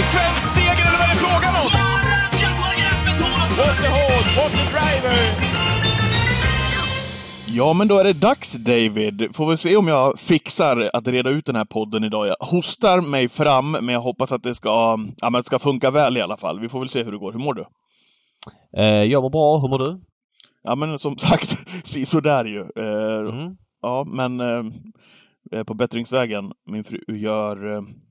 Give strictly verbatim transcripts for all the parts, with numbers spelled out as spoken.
svensk seger eller vad är det frågan om? What the horse, what the driver? Ja, men då är det dags, David. Får vi se om jag fixar att reda ut den här podden idag. Jag hostar mig fram, men jag hoppas att det ska, ja, men det ska funka väl i alla fall. Vi får väl se hur det går. Hur mår du? Eh, jag mår bra. Hur mår du? Ja, men som sagt, så där ju. Eh, mm. Ja, men eh, på bättringsvägen, min fru gör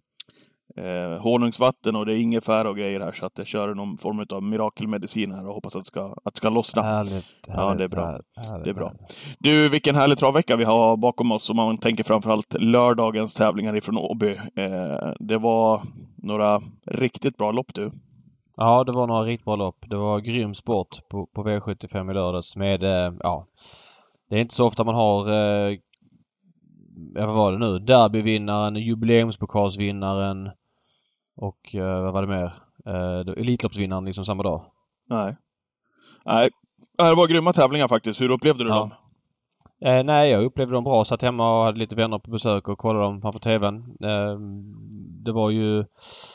eh, honungsvatten och det är ingefära och grejer här, så att jag kör någon form av mirakelmedicin här och hoppas att det ska, att det ska lossna. Härligt, härligt, ja, det är bra. Härligt, det är bra. härligt. Du, vilken härlig travvecka vi har bakom oss, om man tänker framförallt lördagens tävlingar ifrån Åby. Eh, det var några riktigt bra lopp, du. Ja, det var några riktigt bra lopp. Det var grym sport på, på V sjuttiofem i lördags med, eh, ja, det är inte så ofta man har, eh, vad var det nu? Derbyvinnaren, jubileumspokalsvinnaren och eh, vad var det mer? Eh, Elitloppsvinnaren liksom samma dag. Nej. Nej, det var grymma tävlingar faktiskt. Hur upplevde du ja. dem? Eh, nej, jag upplevde dem bra. Satt hemma och hade lite vänner på besök och kollade dem på tvn. Eh, det var ju...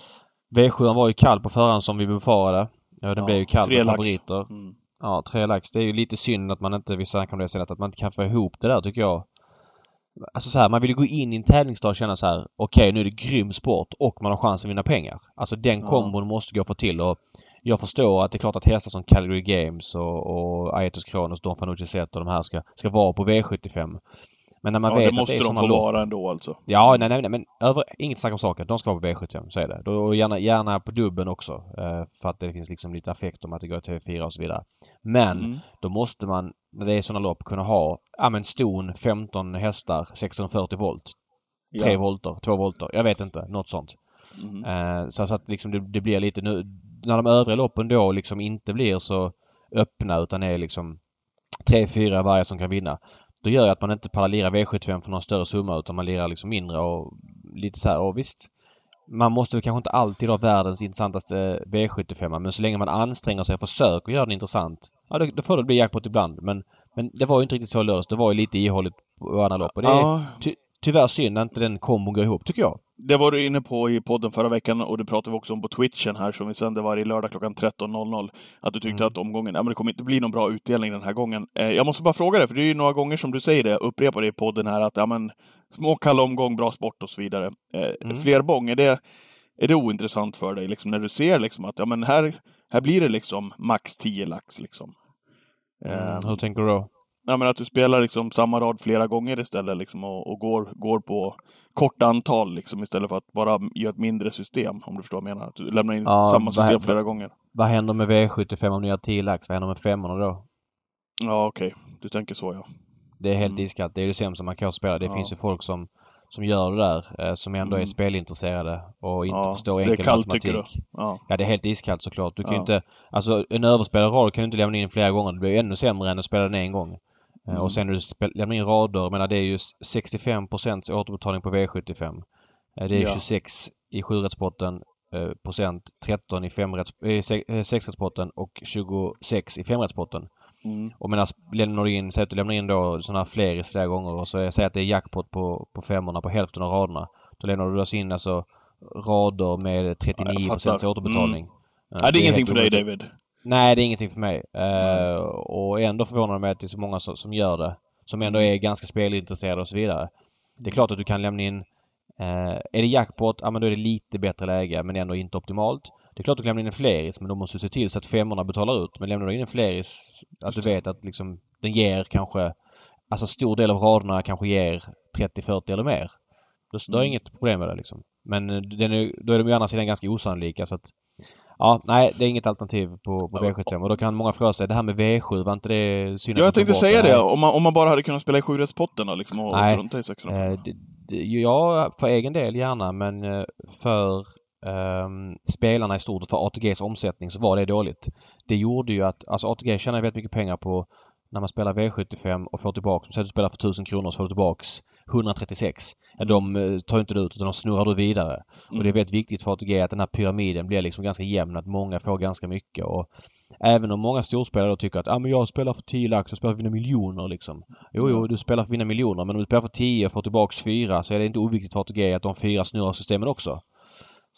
V sju var ju kall på förhand som vi befarade. Ja, den ja, blev ju kall för favoriter. Mm. Ja, tre lax. Det är ju lite synd att man inte, vi snackade om det senast, att man inte kan få ihop det där, tycker jag. Alltså så här, man vill gå in i en tävlingsdag och känna så här: okej, okay, nu är det grym sport och man har chans att vinna pengar. Alltså den kombon ja. måste gå för till, och jag förstår att det är klart att hästar som Calgary Games och, och Aetos Kronos, Don Fanucci Zet och de här ska, ska vara på V sjuttiofem. Men när man ja, vet det måste att det är de få lopp, vara ändå alltså. Ja, nej, nej, nej, men över, inget snack om saker. De ska vara på V sjuttiofem, så är det. Och gärna, gärna på dubben också. Eh, för att det finns liksom lite affekt om att det går till T V fyra och så vidare. Men mm. då måste man, när det är sådana lopp, kunna ha ja, men ston, femton hästar, sexhundrafyrtio volt. Tre ja. volter, två volter. Jag vet inte, något sånt. Mm. Eh, så, så att liksom det, det blir lite nu, när de övriga loppen då liksom inte blir så öppna, utan är liksom tre, fyra varje som kan vinna. Då gör det att man inte pallar lira V sjuttiofem för någon större summa, utan man lirar liksom mindre och lite så här, och visst. Man måste kanske inte alltid ha världens intressantaste V sjuttiofem, men så länge man anstränger sig och försöker göra det intressant, ja, då, då får det bli jackpot ibland. Men, men det var ju inte riktigt så löst. Det var ju lite ihålligt på andra lopp. Och det är ja. ty, tyvärr synd att inte den kombon går ihop, tycker jag. Det var du inne på i podden förra veckan, och det pratade vi också om på Twitchen här som vi sände varje lördag klockan tretton noll noll. Att du tyckte mm. att omgången, ja men det kommer inte bli någon bra utdelning den här gången. Eh, jag måste bara fråga dig, för det är ju några gånger som du säger det, upprepar det i podden här, att ja men små kalla omgång, bra sport och så vidare. Eh, mm. Flerbång, är det, är det ointressant för dig liksom, när du ser liksom att ja men här, här blir det liksom max tio lax liksom? Eh, mm. Hur tänker du då? Ja, men att du spelar liksom samma rad flera gånger istället liksom, och, och går, går på korta antal liksom, istället för att bara göra ett mindre system, om du förstår vad jag menar. Att du lämnar in ja, samma system vad, flera gånger. Vad händer med V sjuttiofem om ni har tio lax? Vad händer med femmorna då? Ja, okej. Okay. Du tänker så, ja. Det är helt mm. iskallt. Det är det sämsta man kan spela. Det ja. finns ju folk som, som gör det där, eh, som ändå mm. är spelintresserade och inte ja, förstår enkel kallt, matematik. Ja. ja, det är helt iskallt såklart. Du kan ja. ju inte, alltså en överspelad rad kan du inte lämna in flera gånger. Det blir ännu sämre än att spela den en gång. Mm. Och sen när du spel- lämnar in rader, men det är ju sextiofem procent återbetalning på V sjuttiofem. Det är ja. tjugosex i sjurättspotten, eh, procent tretton i femrätts, eh, sexrättspotten och tjugosex i femrättspotten. Mm. Och medan lämnar du in, säg att du lämnar in då sådana här fler flera gånger, och så jag säger att det är jackpot på, på femmorna på hälften av raderna. Då lämnar du alltså in alltså rader med trettionio procent återbetalning. Mm. Ja, det är, det är ingenting för dig, David. Nej, det är ingenting för mig. Uh, och ändå förvånar det mig att det är så många som, som gör det. Som ändå är ganska spelintresserade och så vidare. Det är klart att du kan lämna in... Uh, är det jackpot, ja men då är det lite bättre läge, men ändå inte optimalt. Det är klart att du kan lämna in en fleris, men då måste du se till så att femmorna betalar ut. Men lämnar du in en fleris, att du vet att liksom, den ger kanske... Alltså stor del av raderna kanske ger trettio fyrtio eller mer. Då, då är det inget problem med det liksom. Men den är, då är de ju andra sidan ganska osannolika, så att... Ja, nej, det är inget alternativ på, på V sjuttiofem. Och då kan många fråga sig, det här med V sju, var inte det synd? Ja, jag tänkte säga det. Om man, om man bara hade kunnat spela i sjurättspotten då, liksom, och nej, strunta i sexhundrafem. Eh, det, det, ja, för egen del gärna, men för eh, spelarna i stort, för A T G:s omsättning, så var det dåligt. Det gjorde ju att, alltså A T G tjänar väldigt mycket pengar på när man spelar V sjuttiofem och får tillbaka, så att du spelar för tusen kronor så får du tillbaks etthundratrettiosex. Ja, de tar inte ut, utan de snurrar du vidare. Mm. Och det är väldigt viktigt för A T G att den här pyramiden blir liksom ganska jämn, att många får ganska mycket. Och även om många storspelare då tycker att ah, men jag spelar för tio lax och spelar för att vinna miljoner liksom. Jo, jo, du spelar för att vinna miljoner, men om du spelar för tio och får tillbaks fyra, så är det inte oviktigt för A T G att de fyra snurrar systemen också.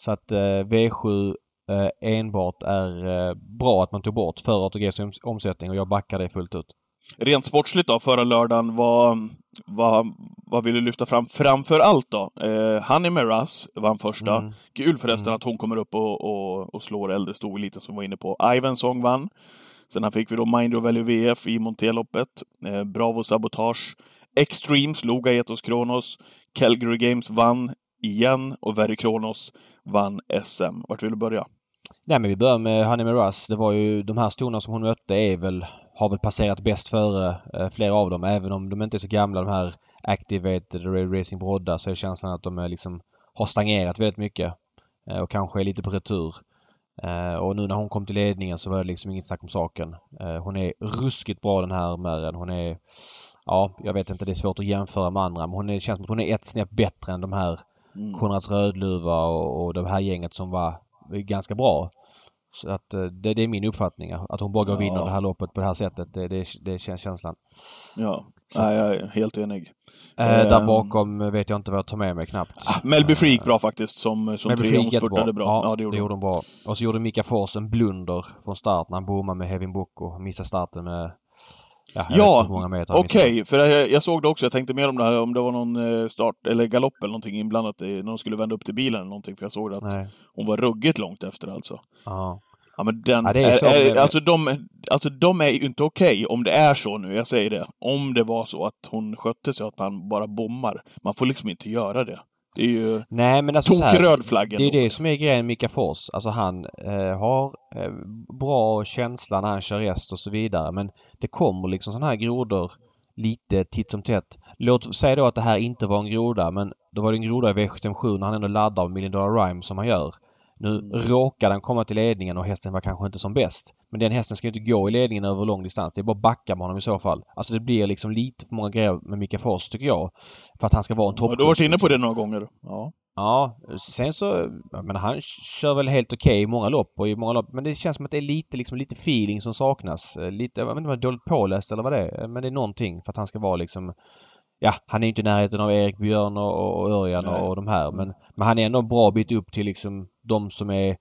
Så att eh, V sju eh, enbart är eh, bra att man tog bort för A T G:s omsättning och jag backar det fullt ut. Rent sportsligt då, förra lördagen, vad, vad, vad vill du lyfta fram framför allt då? Eh, Honey Miraz vann första. Mm. Kul förresten mm. att hon kommer upp och, och, och slår äldre storeliten som var inne på. Ivensong vann. Sen här fick vi då Mind Your Value V F i Monteloppet. Eh, Bravo Sabotage. Extreme slog Aetos Kronos. Calgary Games vann igen och Very Kronos vann S M. Vart vill du börja? Nej, men vi börjar med Honey Miraz. Det var ju de här storna som hon mötte är väl, har väl passerat bäst före eh, flera av dem. Även om de inte är så gamla, de här Activated Racing Brodda, så är känslan att de är liksom, har stagnerat väldigt mycket. Eh, och kanske är lite på retur. Eh, och nu när hon kom till ledningen så var det liksom inget snack om saken. Eh, hon är ruskigt bra den här Märren. Hon är, ja, jag vet inte, det är svårt att jämföra med andra. Men hon är, det känns som att hon är ett snäpp bättre än de här mm. Konrads Rödluva och, och det här gänget som var ganska bra. Så att det, det är min uppfattning. Att hon bara går och vinner ja. det här loppet på det här sättet. Det, det, det känns känslan. Ja, Nej, jag är helt enig. Äh, där bakom vet jag inte vad jag tar med mig knappt. Ah, Melby Freak bra faktiskt. Som, som tre hon spurtade bra. Ja, ja, det gjorde, det gjorde hon bra. Och så gjorde Mika Fors en blunder från start när han bommade med Hevin Boko. Missade starten med... Ja, ja okej. Okay, för jag, jag såg det också. Jag tänkte mer om det här, om det var någon start eller galopp eller någonting inblandat i, när de skulle vända upp till bilen eller någonting. För jag såg det att Nej. hon var ruggigt långt efter alltså. Ja. Ja, men den, ja, det är så är, är, alltså, de, alltså de är ju inte okej okay, om det är så nu, jag säger det. Om det var så att hon skötte sig att man bara bommar. Man får liksom inte göra det. Det är ju Nej, men alltså så här, röd flaggen. Det är det som är grejen med Mika Fors. Alltså han eh, har eh, bra känsla när han kör rest och så vidare. Men det kommer liksom sådana här grodor lite titt som tätt. Låt säga då att det här inte var en groda, men då var det en groda i V sjuttiosju när han ändå laddar Million Dollar Rhyme som han gör. Nu mm. råkar den komma till ledningen och hästen var kanske inte som bäst. Men den hästen ska ju inte gå i ledningen över lång distans. Det är bara att backa med honom i så fall. Alltså det blir liksom lite för många grejer med Mika Fors tycker jag. För att han ska vara en toppkurs. Ja, du har varit inne på det några gånger. Ja. Ja, sen så... Men han kör väl helt okej okay i många lopp och i många lopp. Men det känns som att det är lite, liksom, lite feeling som saknas. Lite, jag vet inte om det är dåligt påläst eller vad det är. Men det är någonting för att han ska vara liksom... Ja, han är inte i närheten av Erik Björn och, och Örjan och, och de här. Men, men han är ändå en bra bit upp till liksom de som är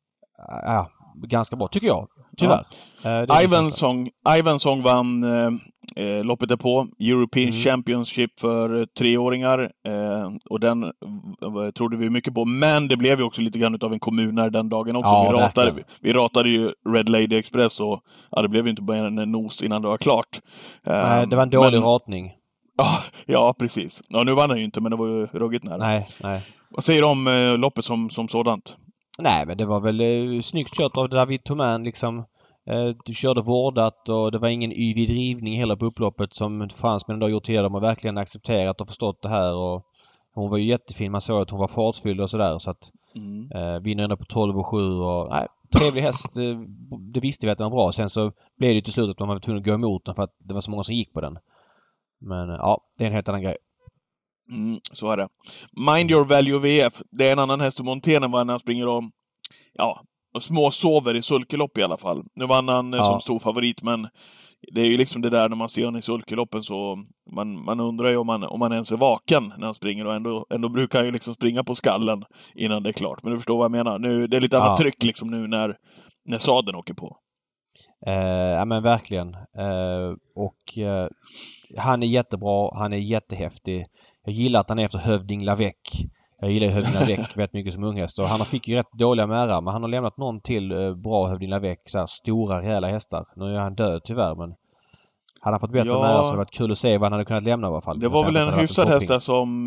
ja, ganska bra, tycker jag. Tyvärr. Ja. Uh, Ivensong, Ivensong vann eh, loppet därpå. European mm. Championship för eh, treåringar. Eh, och den eh, trodde vi mycket på. Men det blev ju också lite grann av en kommunär den dagen också. Ja, vi, ratade, vi, vi ratade ju Red Lady Express och ja, det blev ju inte bara en nos innan det var klart. Uh, Nej, det var en dålig men, ratning. Ja, ja, precis. Ja, nu vann han ju inte, men det var ju ruggigt nära. Nej, nej. Vad säger du om eh, loppet som, som sådant? Nej, men det var väl eh, snyggt kört av David Thomain liksom. Eh, du körde vårdat och det var ingen yvig drivning hela på upploppet som fransmännen då gjort tidigare. De har verkligen accepterat och förstått det här och hon var ju jättefin. Man såg att hon var fartfylld och sådär så att mm. eh, vinner ändå på tolv och sju och nej, trevlig häst. Eh, det visste vi att den var bra. Sen så blev det till slut att man var tvungen att gå emot den för att det var så många som gick på den. Men ja, det är en helt annan grej. Mm, så är det. Mind Your Value V F. Det är en annan häst i Montén än vad han springer om. Ja, och små sover i sulkelopp i alla fall. Nu vann han ja. som stor favorit, men det är ju liksom det där när man ser honom i sulkeloppen så man, man undrar ju om man, om man ens är vaken när han springer och ändå, ändå brukar han ju liksom springa på skallen innan det är klart. Men du förstår vad jag menar. Nu, det är lite ja. annat tryck liksom nu när, när sadeln åker på. Uh, ja men verkligen. Uh, och uh, han är jättebra, han är jättehäftig. Jag gillar att han är efter Hövding Lavec. Jag gillar Hövding Lavec väldigt mycket som unghäst. Och han fick ju rätt dåliga märar, men han har lämnat någon till uh, bra Hövding Lavec. Så här stora, rejäla hästar. Nu är han död tyvärr, men han har fått bättre ja. märar så det har varit kul att se vad han hade kunnat lämna i alla fall. Det var väl en hyfsad hästar som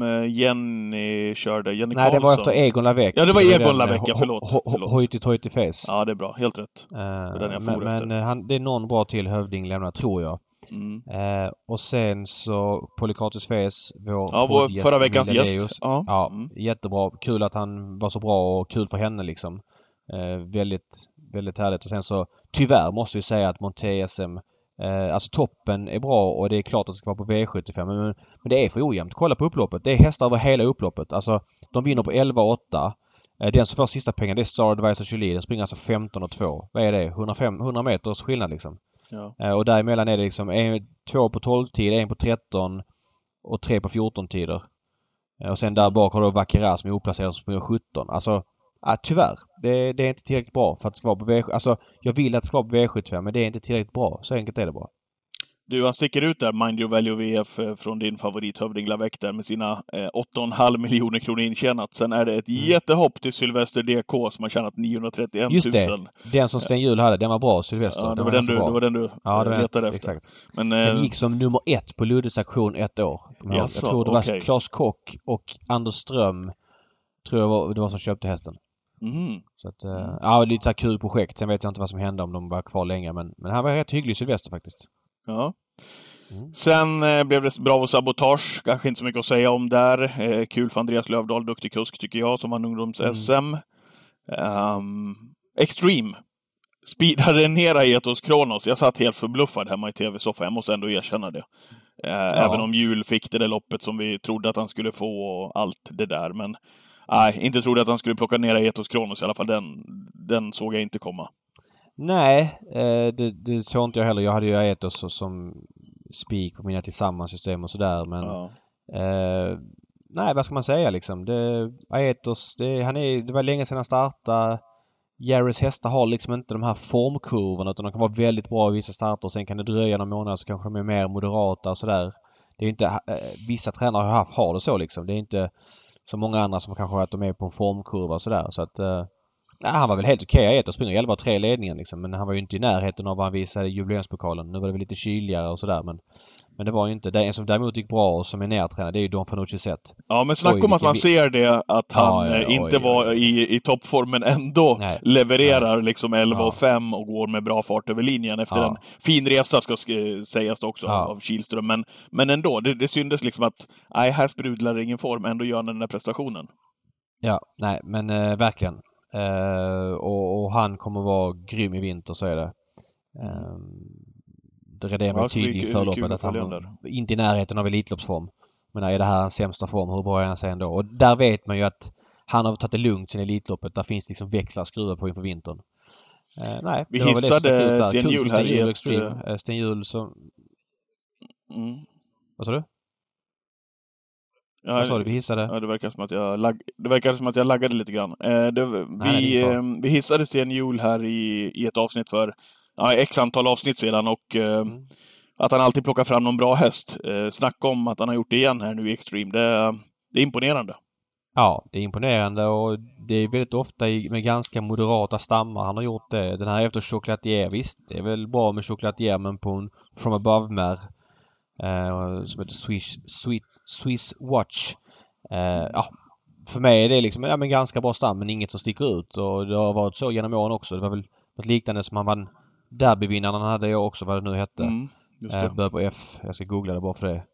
Jenny körde. Jenny Nej, Karlsson. det var efter Egon Lavec. Ja, det var Egon Lavec, ja, förlåt. Hojtigt, hojtigt face. Ja, det är bra. Helt rätt. Uh, det men men han, det är någon bra till Hövding lämnar, tror jag. Mm. Uh, och sen så Polykrates Face, vår, ja, vår förra veckans gäst. Ja, ja mm. jättebra. Kul att han var så bra och kul för henne liksom. Uh, väldigt, väldigt härligt. Och sen så tyvärr måste jag säga att Monté S M Eh, alltså toppen är bra och det är klart att det ska vara på V sjuttiofem men, men det är för ojämnt. Kolla på upploppet. Det är hästar över hela upploppet. Alltså de vinner på elva åtta. Eh, den som får sista pengar det är Star Advisor Julie. Den springer alltså femton och två. Vad är det? hundrafem, hundra meters skillnad liksom. Ja. Eh, och däremellan är det liksom en, två på tolv tid, en på tretton och tre på fjorton tider. Eh, och sen där bak har du Vaquera som är oplacerad som springer sjutton. Alltså Ja, tyvärr. Det, det är inte tillräckligt bra för att det ska vara på V sjuttiofem. Alltså, jag vill att det ska vara på V sjuttiofem, men det är inte tillräckligt bra. Så enkelt är det bara. Du, han sticker ut där, Mind Your Value V F, från din favorithövding Lavec där med sina eh, åtta komma fem miljoner kronor intjänat. Sen är det ett mm. jättehopp till Sylvester D K som har tjänat niohundratrettioett tusen. Just det. Den som Sten Hjul hade, den var bra, Sylvester. Ja, det, den var var den du, det var den du ja, det letade efter. Exakt. Men, den eh, gick som nummer ett på Luddes auktion ett år. Jag, jaså, jag tror det var okay. Claes Kock och Anders Ström, tror jag var, det var som köpte hästen. Mm. Så att, uh, ja, lite så här kul projekt. Sen vet jag inte vad som hände om de var kvar länge. Men, men han var rätt hygglig, Sylvester faktiskt. Ja. Mm. Sen eh, blev det Bravo Sabotage. Kanske inte så mycket att säga om där. Eh, kul för Andreas Lövdahl, duktig kusk tycker jag, som vann ungdoms-S M. Mm. Um, Extreme. Speedade ner Aetos Kronos. Jag satt helt förbluffad hemma i tv-soffan. Jag måste ändå erkänna det. Eh, ja. Även om Hjul fick det där loppet som vi trodde att han skulle få och allt det där. Men nej, inte trodde att han skulle plocka ner Aetos Kronos i alla fall. Den, den såg jag inte komma. Nej, eh, det, det såg inte jag heller. Jag hade ju Aetos som spik på mina tillsammans-system och sådär. Men ja. eh, nej, vad ska man säga liksom? Det, Aetos, det, han är, det var länge sedan han startade. Jerrys hästar har liksom inte de här formkurvorna, utan de kan vara väldigt bra i vissa starter. Sen kan det dröja några månader så kanske de är mer moderata och sådär. Det är inte, eh, vissa tränare har haft, har det så liksom. Det är inte så många andra som kanske har att de är på en formkurva och sådär. Så att eh, ja, han var väl helt okej. Okay. Aetos springer elva tre ledningen liksom. Men han var ju inte i närheten av vad han visade i jubileumspokalen. Nu var det väl lite kyligare och sådär. Men, men det var ju inte. Det en som däremot gick bra och som är närtränad, det är ju Don Fanucci sett. Ja, men snack om att man vi... ser det. Att han ja, ja, inte oj, var oj. i, i toppformen ändå. Nej. Levererar Nej. liksom elva och fem och går med bra fart över linjen. Efter ja. en fin resa ska sk- sägas också ja. av Kihlström. Men, men ändå, det, det syndes liksom att nej, här sprudlar ingen form. Ändå gör han den där prestationen. Ja, nej, men äh, verkligen. Uh, och, och han kommer vara grym i vinter, så är det. Uh, det är det med ja, tydlig inför loppet att han var inte i närheten av elitloppsform. Men är det här hans sämsta form, hur bra är han sig ändå? Och där vet man ju att han har tagit det lugnt sen elitloppet. Där finns liksom växlar skruva på inför vintern. Uh, nej, vi hissade Sten Hjul här i Extreme. Ett... Sten Hjul som... Mm. Vad sa du? Ja, Vad sa du? Vi hissade? Ja, det verkar som att jag lag... det verkar som att jag laggade lite grann. Eh, det, vi, Nej, eh, vi hissade Sten Hjul här i, i ett avsnitt för ja, x antal avsnitt sedan och eh, mm. att han alltid plockar fram någon bra häst. Eh, snacka om att han har gjort det igen här nu i Extreme. Det, det är imponerande. Ja, det är imponerande och det är väldigt ofta med ganska moderata stammar han har gjort det. Den här efter Chocolatier, visst, det är väl bra med Chocolatier, men på en From Above-mär eh, som heter Swiss, Sweet Swiss Watch. Eh, ja, för mig är det liksom ja, men ganska bra stam, men inget som sticker ut. Och det har varit så genom åren också. Det var väl något liknande som han vann derbyvinnaren han hade jag också, vad det nu hette. Mm, eh, börjar på F. Jag ska googla det bara för det.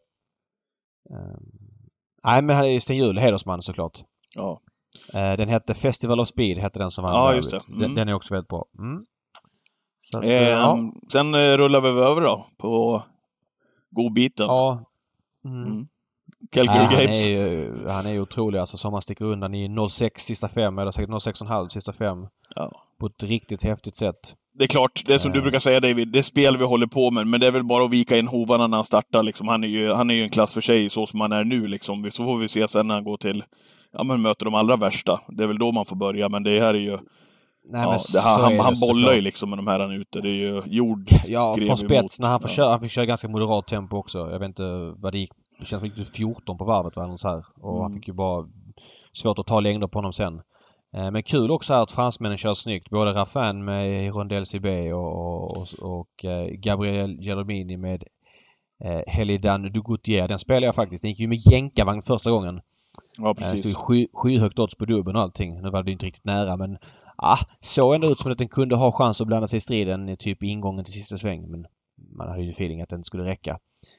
Eh, nej, men han är Sten Hjul, hedersman såklart. Ja. Eh, den hette Festival of Speed, hette den som han ja, just det. Mm. Den, den är också väldigt bra. Mm. Så att, eh, ja. Sen eh, rullar vi över då på godbiten. Ja. Mm. Mm. Nej, han, är ju, han är ju otrolig alltså, som han sticker undan i noll sex sista fem eller säkert noll sex komma fem sista fem ja. På ett riktigt häftigt sätt. Det är klart, det är som äh. du brukar säga David, det är spel vi håller på med, men det är väl bara att vika in hovarna när han startar liksom. Han är ju, han är ju en klass för sig så som han är nu liksom. Så får vi se sen när han går till ja, men möter de allra värsta. Det är väl då man får börja, men det här är ju Nej, ja, det, han, han, han bollar ju liksom med de här han ute. Det är ju jord. Ja, från spets när han får ja. köra, han fick köra ganska moderat tempo också. Jag vet inte vad det gick. Det känns som fjorton på varvet var så här. Och mm. han fick ju bara svårt att ta längder på honom sen. Eh, men kul också att fransmännen kör snyggt. Både Raffin med Rondel C B och, och, och eh, Gabriel Gelomini med eh, Helidan Dugoutier. Den spelade jag faktiskt. Den gick ju med jänkarvagn första gången. Ja, precis. Det stod sky, skyhögt odds på dubben och allting. Nu var det inte riktigt nära, men ah, såg ändå ut som att den kunde ha chans att blanda sig i striden typ i ingången till sista sväng. Men man hade ju feeling att den skulle räcka.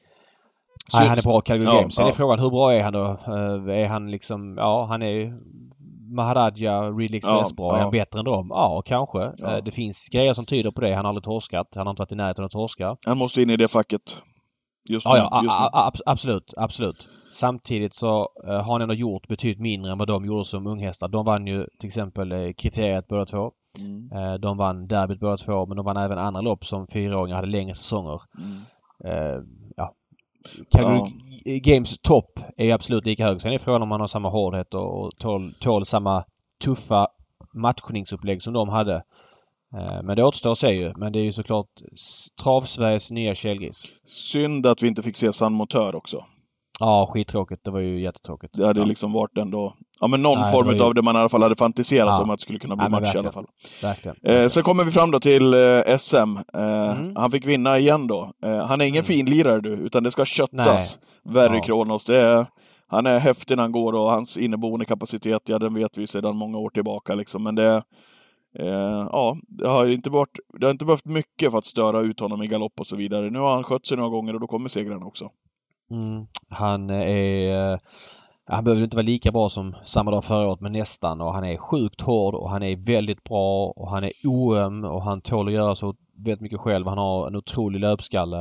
Så, Nej, han är bra Calgary ja, Games. Sen ja. är frågan, hur bra är han då? Uh, är han liksom, ja han är Maharaja, Ridley Express ja, bra. Ja. Är han bättre än dem? Ja, kanske. Ja. Uh, det finns grejer som tyder på det. Han har aldrig torskat. Han har inte varit i närheten att torska. Han måste in i det facket. Just ja, nu, ja just a- a- absolut, absolut. Samtidigt så uh, har han ändå gjort betydligt mindre än vad de gjorde som unghästar. De vann ju till exempel uh, kriteriet båda två. Mm. Uh, de vann derbyt båda två, men de vann även andra lopp som fyraåringar hade längre säsonger. Mm. Uh, ja. Calgary ja. Games topp är absolut lika hög. Sen är frågan om man har samma hårdhet och tål, tål samma tuffa matchningsupplägg som de hade. Men det återstår att se ju. Men det är ju såklart Trav-Sveriges nya kelgris. Synd att vi inte fick se San Motör också. Ja, skittråkigt. Det var ju jättetråkigt. Det hade ja. liksom varit ändå... Ja, men någon Nej, form ju... av det man i alla fall hade fantiserat ja. om att det skulle kunna bli Nej, match verkligen. i alla fall. Verkligen. Eh, sen kommer vi fram då till eh, S M. Eh, mm. Han fick vinna igen då. Eh, han är ingen mm. finlirare du, utan det ska köttas. Verry ja. Kronos. Det är, han är häftig när han går och hans inneboende kapacitet, ja, den vet vi sedan många år tillbaka liksom. Men det eh, ja, det har inte varit, det har inte behövt mycket för att störa ut honom i galopp och så vidare. Nu har han skött sig några gånger och då kommer segrarna också. Mm. Han är... Han behöver inte vara lika bra som samma dag förra året, men nästan. Och han är sjukt hård och han är väldigt bra och han är oöm och han tål att göra så väldigt mycket själv. Han har en otrolig löpskalle.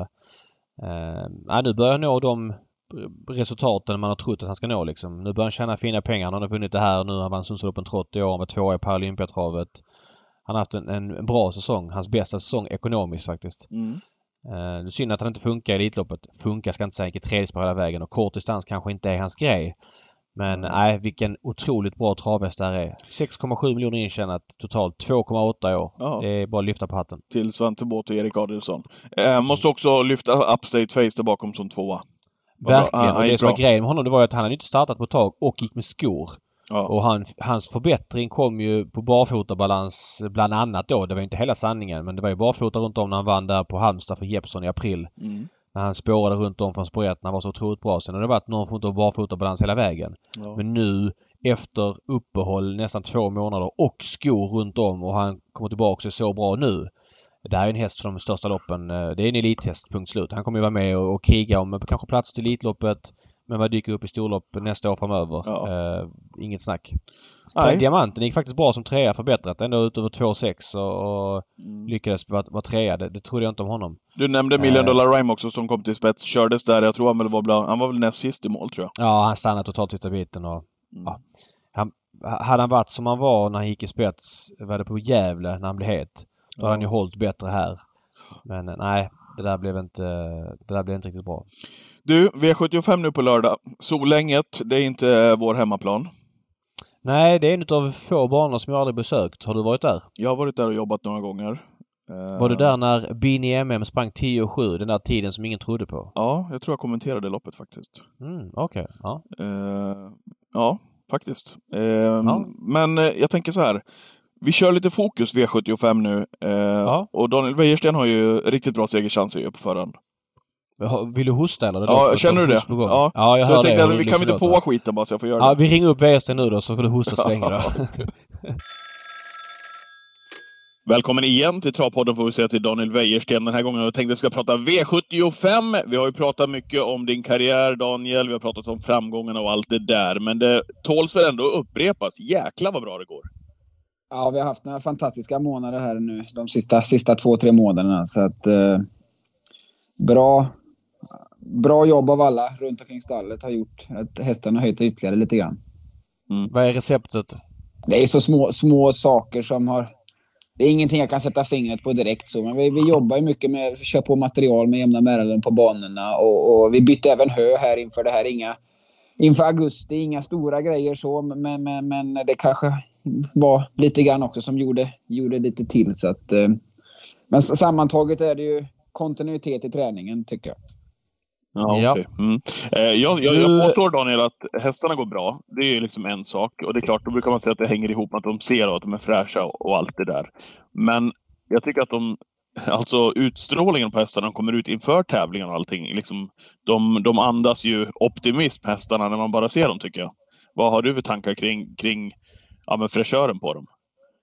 Eh, nu börjar han nå de resultaten man har trott att han ska nå. Liksom. Nu börjar han tjäna fina pengar. Han har vunnit det här. Nu har han Sundsvallsloppen trott i år med två i Paralympiatravet. Han har haft en, en bra säsong. Hans bästa säsong ekonomiskt faktiskt. Mm. Uh, det är synd att han inte funkar i Elitloppet. Funkar ska inte säga inte tredje på hela vägen och kort distans kanske inte är hans grej. Men nej, mm. vilken otroligt bra travhäst det här är. sex komma sju miljoner intjänat totalt, två komma åtta i år. Ja. Det är bara att lyfta på hatten. Till Svante Båth och Erik Adelsson. Eh, måste också lyfta Upstate Face där bakom som tvåa. Verkligen, han, och det som var grejen med honom det var att han hade inte startat på ett tag och gick med skor. Ja. Och han, hans förbättring kom ju på barfotabalans bland annat då. Det var inte hela sanningen, men det var ju barfota runt om när han vann där på Halmstad för Jeppson i april. Mm. När han spårade runt om från spår ett när han var så otroligt bra. Sen har det varit någon form av barfotabalans hela vägen. Ja. Men nu efter uppehåll nästan två månader och skor runt om och han kommer tillbaka och ser så bra nu. Det här är en häst för de största loppen. Det är en elithäst, punkt slut. Han kommer ju vara med och, och kriga om kanske plats till Elitloppet. Men vad dyker upp i storlopp nästa år framöver? Ja. Uh, inget snack. Sen Diamanten gick faktiskt bra som trea, förbättrat ändå utöver två sex och, och mm. lyckades vara, vara trea. Det, det trodde jag inte om honom. Du nämnde Million Dollar Rhyme också som kom till spets. Kördes där. Jag tror han väl var bland, han var väl näst sist i mål tror jag. Ja, han stannade totalt sista biten och mm. ja. Han, hade han varit som han var när han gick i spets, var det på Gävle när han blev het. Då ja. hade han ju hållit bättre här. Men nej, det där blev inte det där blev inte riktigt bra. Du, V sjuttiofem nu på lördag. Solänget, det är inte vår hemmaplan. Nej, det är en av få banor som jag aldrig besökt. Har du varit där? Jag har varit där och jobbat några gånger. Var du där när Bini M M sprang tio och sju, den där tiden som ingen trodde på? Ja, jag tror jag kommenterade loppet faktiskt. Mm, okej. Okay. Ja. Uh, ja, faktiskt. Uh, ja. Men uh, jag tänker så här. Vi kör lite fokus V sjuttiofem nu. Uh, ja. Och Daniel Wäjersten har ju riktigt bra segerchanser ju på förhand. Vill du hosta eller? Det ja, känner du det? Ja, ja jag hör jag tänkte det. Att vi kan vi inte på skiten bara så jag får göra ja, det. Vi ringer upp Wäjersten nu då så får du hosta så länge då. Välkommen igen till Travpodden får vi säga till Daniel Wäjersten. Den här gången har jag tänkt att jag ska prata V sjuttiofem. Vi har ju pratat mycket om din karriär Daniel. Vi har pratat om framgångarna och allt det där. Men det tåls väl ändå upprepas. Jäklar vad bra det går. Ja, vi har haft några fantastiska månader här nu. De sista, sista två, tre månaderna. Så att eh, bra... Bra jobb av alla runt omkring stallet har gjort att hästen har höjt ytterligare lite grann. Mm. Vad är receptet? Det är så små, små saker som har... Det är ingenting jag kan sätta fingret på direkt så. Men vi, vi jobbar ju mycket med att köra på material med jämna mellanrum på banorna. Och, och vi bytte även hö här inför det här. Inga, inför augusti, inga stora grejer så. Men, men, men det kanske var lite grann också som gjorde, gjorde lite till. Så att, men sammantaget är det ju kontinuitet i träningen tycker jag. Ja, ja. Okay. Mm. Eh, jag, jag, jag påstår Daniel att hästarna går bra. Det är liksom en sak. Och det är klart, då brukar man säga att det hänger ihop med att de ser och att de är fräscha och, och allt det där. Men jag tycker att de, alltså utstrålningen på hästarna kommer ut inför tävlingen och allting. Liksom, de, de andas ju optimism hästarna när man bara ser dem tycker jag. Vad har du för tankar kring, kring ja, men fräschören på dem?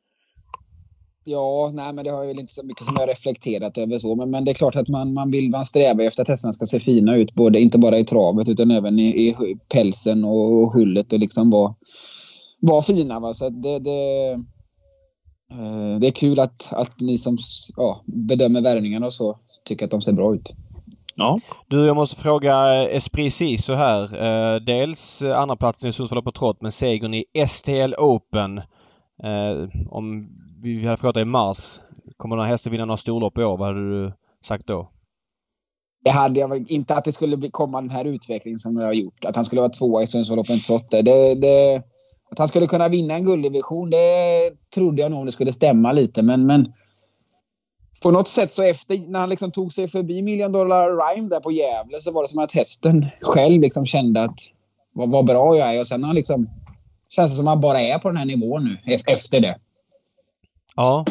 Ja, nej men det har ju inte så mycket som jag har reflekterat över så. Men, men det är klart att man, man vill man sträva efter att hästarna ska se fina ut. Både, inte bara i travet utan även i, i pälsen och, och hullet och liksom vara var fina. Va? Så det, det, eh, det är kul att, att ni som ja, bedömer värvningarna och så tycker att de ser bra ut. Ja. Du, jag måste fråga Esprit Ciso här. Eh, dels andra platsen i Sundsvall på trott men segern i S T L Open. Eh, om vi hade frågat dig i mars. Kommer den här hästen vinna några storlopp i år? Vad hade du sagt då? Det hade jag inte att det skulle bli, komma den här utvecklingen som jag har gjort. Att han skulle vara tvåa i Sundsvall Open trott. Det, det, att han skulle kunna vinna en gulddivision, det trodde jag nog det skulle stämma lite. Men, men på något sätt så efter, när han liksom tog sig förbi Million Dollar Rhyme där på Gävle, så var det som att hästen själv liksom kände att vad, vad bra jag är. Och sen har han liksom, känns det som att han bara är på den här nivån nu, efter det. Ja.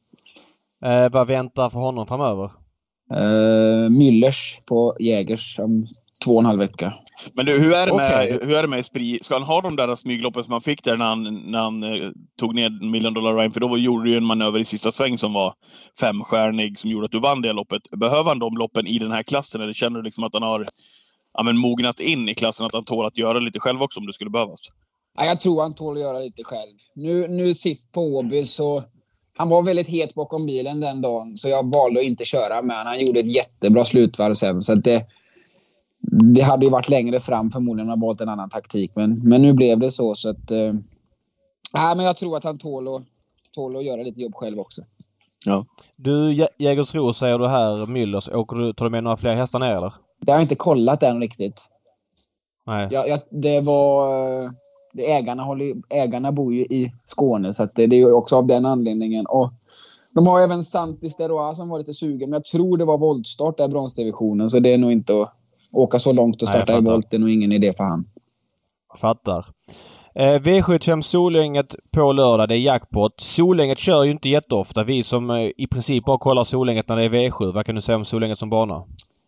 Eh, vad väntar för honom framöver? Uh, Müllers på Jägers om två och en halv vecka. Men du, hur är det med, okay. hur är det med Esprit? Ska han ha de där smygloppen som han fick där när han, när han eh, tog ner Million Dollar Rhyme? För då gjorde du ju en manöver i sista sväng som var femstjärnig, som gjorde att du vann det loppet. Behöver han de loppen i den här klassen? Eller känner du liksom att han har ja, men, mognat in i klassen, att han tål att göra lite själv också om det skulle behövas? Ja, jag tror han tål att göra lite själv. Nu, nu sist på Åby så... Han var väldigt het bakom bilen den dagen, så jag valde att inte köra med. Han gjorde ett jättebra slutvarv sen, så att det, det hade ju varit längre fram förmodligen om man valt en annan taktik. Men, men nu blev det så, så att... Äh, men jag tror att han tål att, tål att göra lite jobb själv också. Ja. Du, Jägersro säger du här, Müllers. Åker du, tar du med några fler hästar ner, eller? Det har jag inte kollat än riktigt. Nej. Jag, jag, det var... Det ägarna, håller, ägarna bor ju i Skåne, så att det, det är ju också av den anledningen. Och de har även Santis Deroa som var lite sugen, men jag tror det var voltstart där, bronsdivisionen, så det är nog inte att åka så långt och starta. Nej, i volt. Det är nog ingen idé för han. Fattar. Eh, V sjuttiofem Solänget på lördag, det är jackpot. Solänget kör ju inte jätteofta. Vi som eh, i princip bara kollar Solänget när det är V sju. Vad kan du säga om Solänget som bana?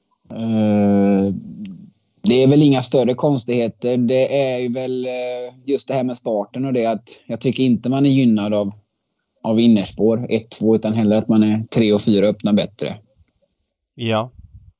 Uh... Det är väl inga större konstigheter. Det är väl just det här med starten och det att jag tycker inte man är gynnad av, av innerspår ett två, utan hellre att man är tre och fyra öppna bättre. Ja.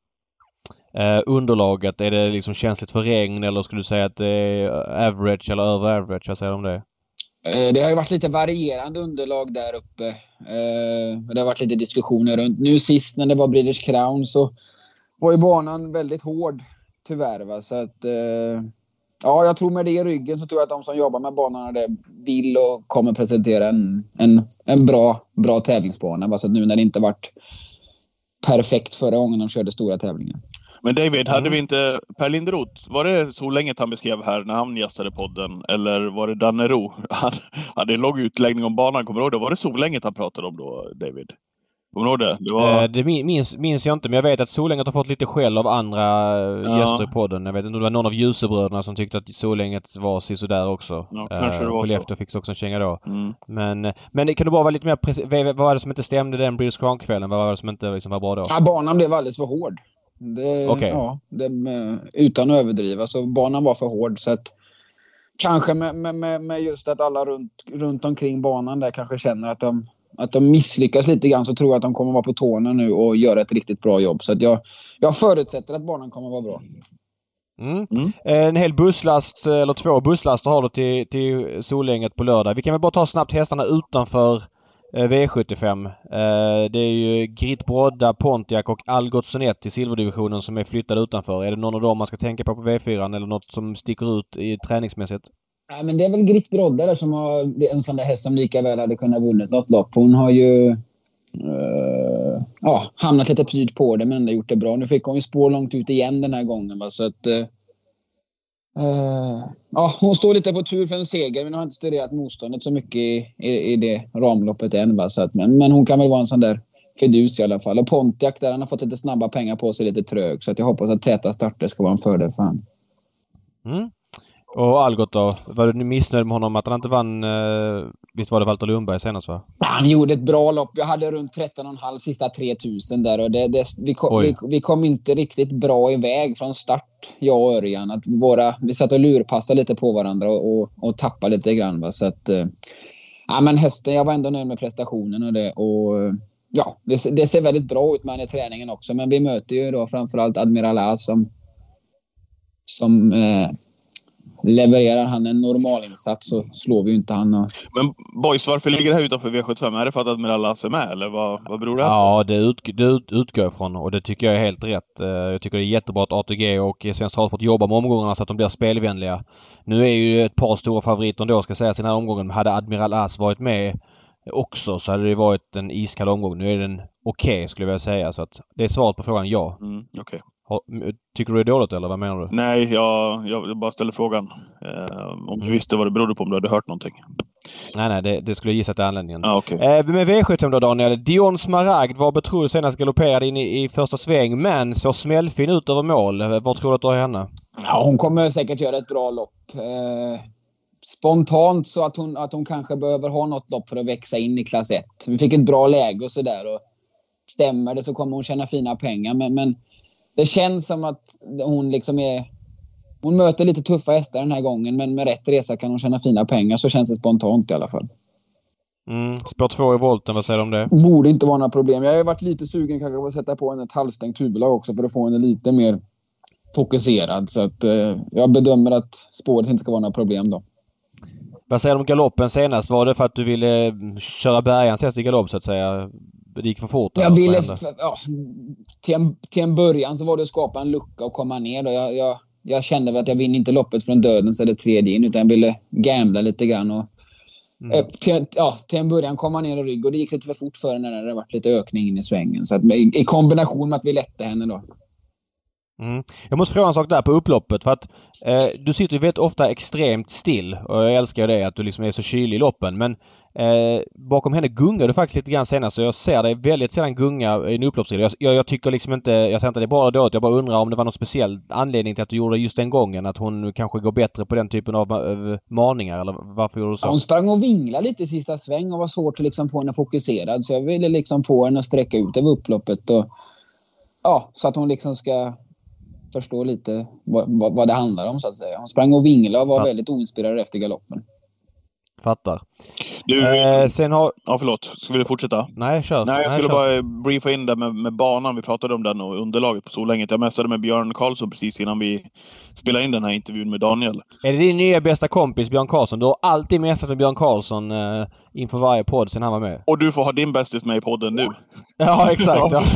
Eh, underlaget, är det liksom känsligt för regn, eller skulle du säga att det är average eller över average? Vad säger du om det? Eh, det har ju varit lite varierande underlag där uppe. Eh, det har varit lite diskussioner runt. Nu sist när det var British Crown så var ju banan väldigt hård. Tyvärr, va? Så att eh, ja, jag tror med det i ryggen så tror jag att de som jobbar med banan det vill och kommer presentera en, en, en bra, bra tävlingsbana, va? Så att nu när det inte varit perfekt förra gången de körde stora tävlingar. Men David, hade mm. vi inte Per Linderoth, var det Solänget han beskrev här när han gästade podden, eller var det Dannero? Han hade en lång utläggning om banan, kommer du ihåg det? Var det Solänget han pratade om då, David? Kommer du ihåg det? Det, var... eh, det minns, minns jag inte, men jag vet att Solänget har fått lite skäll av andra ja. gäster i podden. Jag vet inte om det var någon av Ljusebröderna som tyckte att Solänget var sådär också. Ja, kanske det var Skellefteå så. fick också en känga då. Mm. Men, men kan du bara vara lite mer precis? Vad var det som inte stämde den British Crown-kvällen? Vad var det som inte liksom var bra då? Ja, banan blev alldeles för hård. Det, okay. ja, det, utan att överdriva. Så banan var för hård, så att kanske med, med, med just att alla runt, runt omkring banan där kanske känner att de att de misslyckas lite grann, så tror jag att de kommer vara på tårna nu och göra ett riktigt bra jobb. Så att jag, jag förutsätter att banan kommer vara bra. Mm. Mm. En hel busslast, eller två busslaster har du till, till Solänget på lördag. Vi kan väl bara ta snabbt hästarna utanför V sjuttiofem. Det är ju Grit Brodda, Pontiac och Algot Sonet i silverdivisionen som är flyttade utanför. Är det någon av dem man ska tänka på på V fyra eller något som sticker ut i träningsmässigt? Ja, men det är väl Grit Brodda där som har en sån där häst som lika väl hade kunnat vunnit något lopp. Hon har ju uh, ja, hamnat lite pyrt på det, men ändå gjort det bra. Nu fick hon ju spår långt ut igen den här gången. Va? Så att, uh, uh, ja, hon står lite på tur för en seger, men har inte studerat motståndet så mycket i, i, i det ramloppet än. Va? Så att, men, men hon kan väl vara en sån där fidus i alla fall. Och Pontiac där, han har fått lite snabba pengar på sig, lite trög. Så att jag hoppas att täta starter ska vara en fördel för han. Mm. Och Algot då? Var du missnöjd med honom att han inte vann? Eh, visst var det Walter Lundberg senast, va? Han gjorde ett bra lopp. Jag hade runt tretton komma fem sista tre tusen där. Och det, det, vi, kom, vi, vi kom inte riktigt bra iväg från start, jag och Örjan. Att våra, vi satt och lurpassade lite på varandra och, och, och tappade lite grann. Va? Så att, eh, ja, men hästen, jag var ändå nöjd med prestationen och det. Och ja, det, det ser väldigt bra ut med han i träningen också. Men vi möter ju då framförallt Admiral As som... som eh, levererar han en normal insats så slår vi ju inte han. Och... Men boys, varför ligger det här utanför V sjuttiofem? Är det för att Admiral Lasse är med, eller vad, vad beror det här på? Ja, det, ut, det ut, utgår ifrån, och det tycker jag är helt rätt. Jag tycker det är jättebra att A T G och Svensk Travsport jobbar med omgångarna så att de blir spelvänliga. Nu är ju ett par stora favoriter då, ska sägas, i den här omgången. Hade Admiral As varit med också så hade det varit en iskall omgång. Nu är den okej, okay, skulle jag vilja säga. Så att det är svaret på frågan, ja. Mm, okej. Okay. Tycker du det är dåligt eller vad menar du? Nej, jag, jag bara ställer frågan. Eh, om du mm. visste vad det berodde på, om du hade hört någonting. Nej, nej, det, det skulle jag gissa till anledningen. Ah, okay. eh, med V sjuttiofem då, Daniel. Dion Smaragd var betrodd senast galopperade in i, i första sväng, men så smällfin ut över mål. Vad tror du att du har henne? Ja, hon kommer säkert göra ett bra lopp. Eh, spontant så att hon, att hon kanske behöver ha något lopp för att växa in i klass ett. Vi fick ett bra läge och sådär. Och stämmer det så kommer hon tjäna fina pengar. Men, men det känns som att hon liksom är... Hon möter lite tuffa hästar den här gången, men med rätt resa kan hon tjäna fina pengar. Så känns det spontant i alla fall. Mm, spår två i volten, vad säger du om det? Borde inte vara några problem. Jag har varit lite sugen kanske på att sätta på en ett halvstängt huvudlag också för att få henne lite mer fokuserad. Så att eh, jag bedömer att spåret inte ska vara några problem då. Vad säger du om galoppen senast? Var det för att du ville köra Bergans häst i galopp så att säga? Det gick för fort? Jag ville, ja, till, en, till en början så var det att skapa en lucka och komma ner. Då. Jag, jag, jag kände väl att jag vinner inte loppet från dödens eller tredje in, utan jag ville gambla lite grann. Och, mm. till, ja, till en början kom man ner och rygg och det gick lite för fort för henne när det varit lite ökning in i svängen. Så att, i, i kombination med att vi lätte henne då. Mm. Jag måste fråga en sak där på upploppet för att eh, du sitter ju väldigt ofta extremt still och jag älskar det att du liksom är så kylig i loppen, men eh, bakom henne gungar du faktiskt lite grann senast så jag ser dig väldigt sällan gunga i en upploppsrida. Jag, jag, jag tycker liksom inte, jag säger inte det är bra eller dåligt, jag bara undrar om det var någon speciell anledning till att du gjorde just den gången, att hon kanske går bättre på den typen av uh, maningar eller varför gjorde du så? Ja, hon sprang och vinglade lite i sista sväng och var svårt att liksom få henne fokuserad, så jag ville liksom få henne att sträcka ut över upploppet och ja, så att hon liksom ska förstå lite vad, vad det handlar om så att säga. Hon sprang och vinglade och var Fatt. väldigt oinspirerad efter galoppen. Fattar. Du, eh, sen har... Ja, förlåt. Ska vi fortsätta? Nej, kör. Nej, jag Nej, skulle kör. bara briefa in det med, med banan. Vi pratade om den och underlaget på Solänget. Jag mässade med Björn Karlsson precis innan vi spelade in den här intervjun med Daniel. Är det din nya bästa kompis Björn Karlsson? Du har alltid mässat med Björn Karlsson eh, inför varje podd sen han var med. Och du får ha din bästis med i podden nu. Ja, exakt. Ja.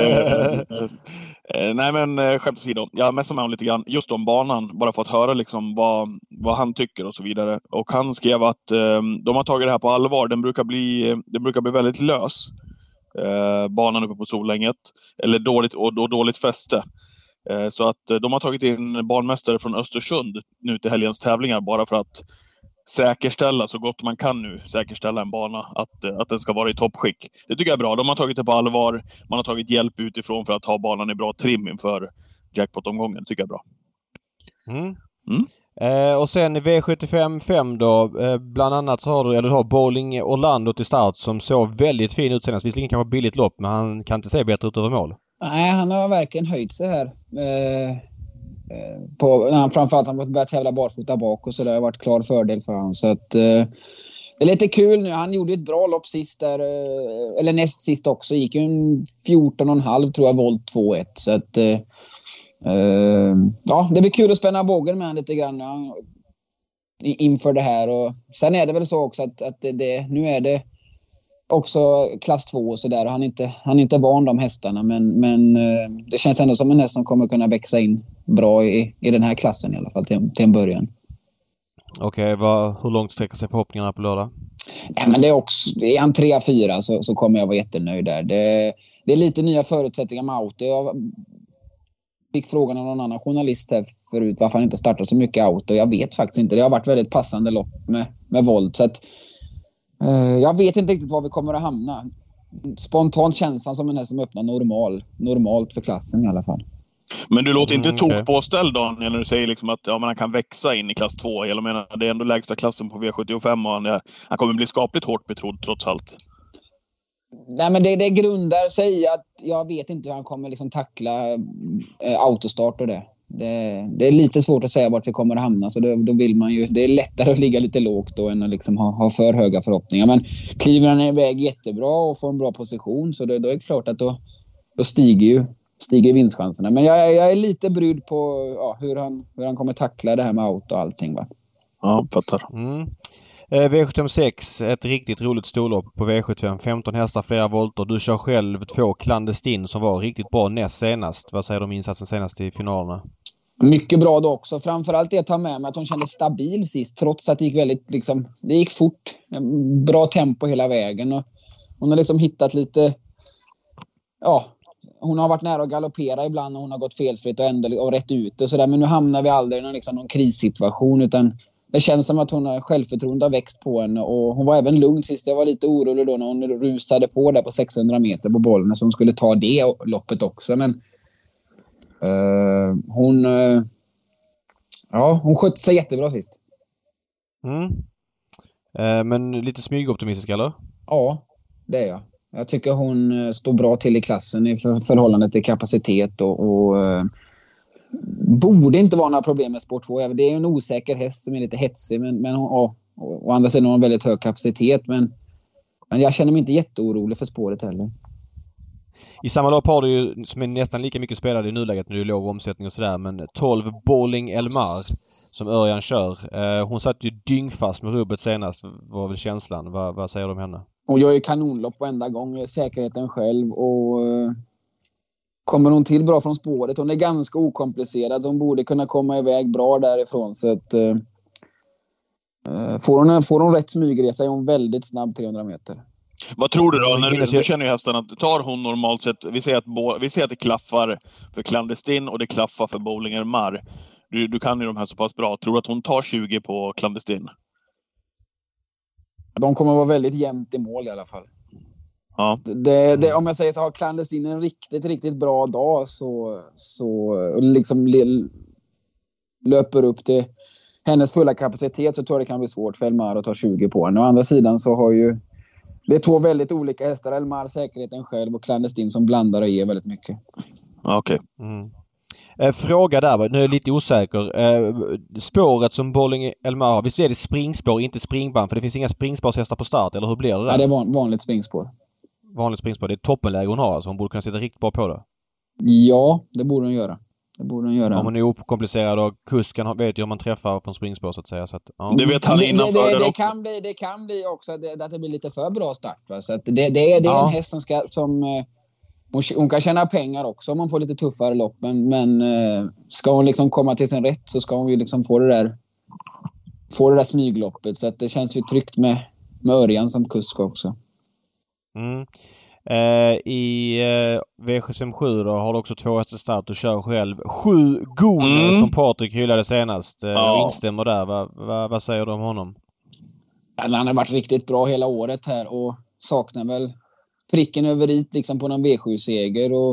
Eh, nej men eh, skämt åsido, jag mässar med honom lite grann just om banan, bara för att höra liksom vad, vad han tycker och så vidare. Och han skrev att eh, de har tagit det här på allvar. Den brukar bli, den brukar bli väldigt lös, eh, banan uppe på Solänget, eller dåligt, och, och dåligt fäste. Eh, så att eh, de har tagit in banmästare från Östersund nu till helgens tävlingar bara för att säkerställa så gott man kan nu, säkerställa en bana att, att den ska vara i toppskick. Det tycker jag är bra. De har tagit det på allvar. Man har tagit hjälp utifrån för att ha banan i bra trim inför jackpot-omgången. Det tycker jag är bra. Mm. Mm. Eh, och sen i V sjuttiofem fem då, eh, bland annat så har du, eller du har Bowling Orlando till start som såg väldigt fin ut senast. Visserligen kanske billigt lopp, men han kan inte se bättre ut över mål. Nej, han har verkligen höjt sig här. Eh... På, när han framförallt har fått börja tävla barfota bak och så det har varit klar fördel för han. Så att, eh, det är lite kul nu. Han gjorde ett bra lopp sist där, eh, eller näst sist också. Gick ju en fjorton komma fem tror jag, volt två ett. Så att, eh, eh, ja, det blir kul att spänna bågen med han lite grann ja, inför det här. Och sen är det väl så också att, att det, det, nu är det också klass två och sådär. Han är inte, han är inte van de hästarna, men, men eh, det känns ändå som en häst som kommer kunna växa in bra i, i den här klassen i alla fall till, till en början. Okej, okay, hur långt sträcker sig förhoppningarna på lördag? Nej, men det är också, är han tre fyra så, så kommer jag vara jättenöjd där. Det, det är lite nya förutsättningar med auto. Jag fick frågan av någon annan journalist här förut varför han inte startar så mycket auto. Jag vet faktiskt inte. Det har varit väldigt passande lopp med, med volt. Så att, eh, jag vet inte riktigt var vi kommer att hamna. Spontant känns han som en här som öppnar normal, normalt för klassen i alla fall. Men du låter inte mm, tok okay. påställd, Daniel, när du säger liksom att ja, men han kan växa in i klass två. Jag menar, det är ändå lägsta klassen på V sjuttiofem och han, är, han kommer bli skapligt hårt betrodd trots allt. Nej, men det, det grundar sig i att jag vet inte hur han kommer liksom tackla eh, autostart och det. det. Det är lite svårt att säga vart vi kommer att hamna, så då, då vill man ju, det är lättare att ligga lite lågt då än att liksom ha, ha för höga förhoppningar. Men kliver han iväg jättebra och får en bra position, så då, då är det klart att då, då stiger ju stiger vinstchanserna. Men jag, jag är lite brydd på ja, hur, han, hur han kommer tackla det här med auto och allting, va? Ja, fattar. Mm. Eh, V sjuttiofem ett riktigt roligt storlopp på V sjuttiofem. femton hästar, flera volter. Du kör själv två Clandestin som var riktigt bra näst senast. Vad säger du om insatsen senast i finalerna? Mycket bra då också. Framförallt det jag tar med mig att hon kände stabil sist, trots att det gick väldigt liksom, det gick fort. Bra tempo hela vägen och hon har liksom hittat lite ja hon har varit nära att galoppera ibland och hon har gått felfritt och ändå och rätt ut och sådär. Men nu hamnar vi aldrig i någon, liksom, någon krissituation, utan det känns som att hon har självförtroende har växt på henne. Och hon var även lugn sist. Jag var lite orolig då när hon rusade på där på sexhundra meter på bollen, så hon skulle ta det loppet också. Men uh, hon uh, ja, hon skötte sig jättebra sist. Mm. Uh, men lite smygoptimistisk, eller? Ja, det är jag. Jag tycker hon står bra till i klassen i för, förhållande till kapacitet och, och uh, borde inte vara några problem med sport två. Det är en osäker häst som är lite hetsig, men, men ja, å andra sidan har hon väldigt hög kapacitet, men, men jag känner mig inte jätteorolig för spåret heller. I samma lopp har du ju, som är nästan lika mycket spelare i nuläget när det är låg omsättning och sådär, men tolv Bowling Elmar som Örjan kör. Eh, hon satt ju dyngfast med rubbet senast, var väl känslan. Va, vad säger du om henne? Hon gör ju kanonlopp varenda gång, säkerheten själv, och uh, kommer hon till bra från spåret. Hon är ganska okomplicerad, hon borde kunna komma iväg bra därifrån, så att uh, uh, får, hon, får hon rätt smygresa är hon väldigt snabb trehundra meter. Vad tror du då? När du, du känner ju hästen att tar hon normalt sett, vi säger att, bo, vi säger att det klaffar för Clandestin och det klaffar för Bowling Elmar. Du, du kan ju de här så pass bra. Tror du att hon tar tjugo på Clandestin? De kommer att vara väldigt jämnt i mål i alla fall. Ja. Det, det, om jag säger så har Clandestin en riktigt, riktigt bra dag, så, så liksom l- löper upp till hennes fulla kapacitet, så tror jag det kan bli svårt för Elmar att ta tjugo på henne. Å andra sidan så har ju det är två väldigt olika hästar. Elmar säkerheten själv och Clandestin som blandar och ger väldigt mycket. Okej. Okay. Mm. Eh, fråga där, nu är jag lite osäker. Eh, spåret som Bowling Elmar har, visst är det springspår, inte springband? För det finns inga springspårshästar på start, eller hur blir det där? Ja, det är van, vanligt springspår. Vanligt springspår. Det är toppenläge hon har, alltså hon borde kunna sitta riktigt bra på det. Ja, det borde hon göra. Det borde hon göra. Om hon är okomplicerad och kusken vet ju om man träffar från springspår, så att säga. Så att, ja. Det vet han innan det, det, det, det, kan bli, det kan bli också att det, att det blir lite för bra start. Va? Så att det, det, det är ja. en häst som ska... Som, hon, hon kan tjäna pengar också om man får lite tuffare lopp. Men, men ska hon liksom komma till sin rätt, så ska hon ju liksom få det där, få det där smygloppet. Så att det känns ju tryggt med, med Örjan som kusk också. Mm. Eh, I eh, V sjuttiofem då har du också två hästar start och kör själv. Sju Gone mm. som Patrik hyllade senast. Eh, ja. Instämmer där. Va, va, vad säger du om honom? Han har varit riktigt bra hela året här och saknar väl pricken över it liksom på någon V sju-seger. Och,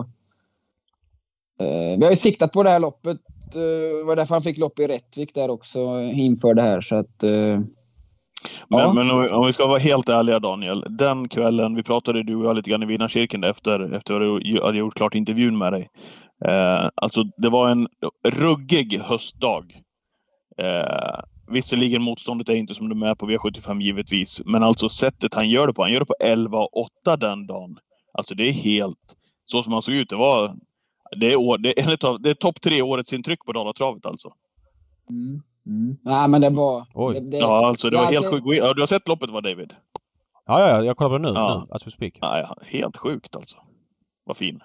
eh, vi har ju siktat på det här loppet. Eh, var därför han fick lopp i Rättvik där också inför det här. Så att... Eh, Men, ja. men om vi ska vara helt ärliga, Daniel, den kvällen, vi pratade du och jag lite grann i Vinnarkirken efter, efter att du hade gjort klart intervjun med dig. Eh, alltså det var en ruggig höstdag. Eh, visserligen motståndet är inte som de är på V sjuttiofem givetvis, men alltså sättet han gör det på, han gör det på elva åtta den dagen. Alltså det är helt, så som han såg ut, det var, det är, det är, det är topp tre årets intryck på Dalatravet alltså. Mm. Mm. Nej, men det var... Det, det, ja, alltså det var helt alltid... sjukt. Ja, du har sett loppet, va, David? Ja, ja, jag kollar på det nu. Ja. nu as we speak. Ja, helt sjukt alltså. Vad fin.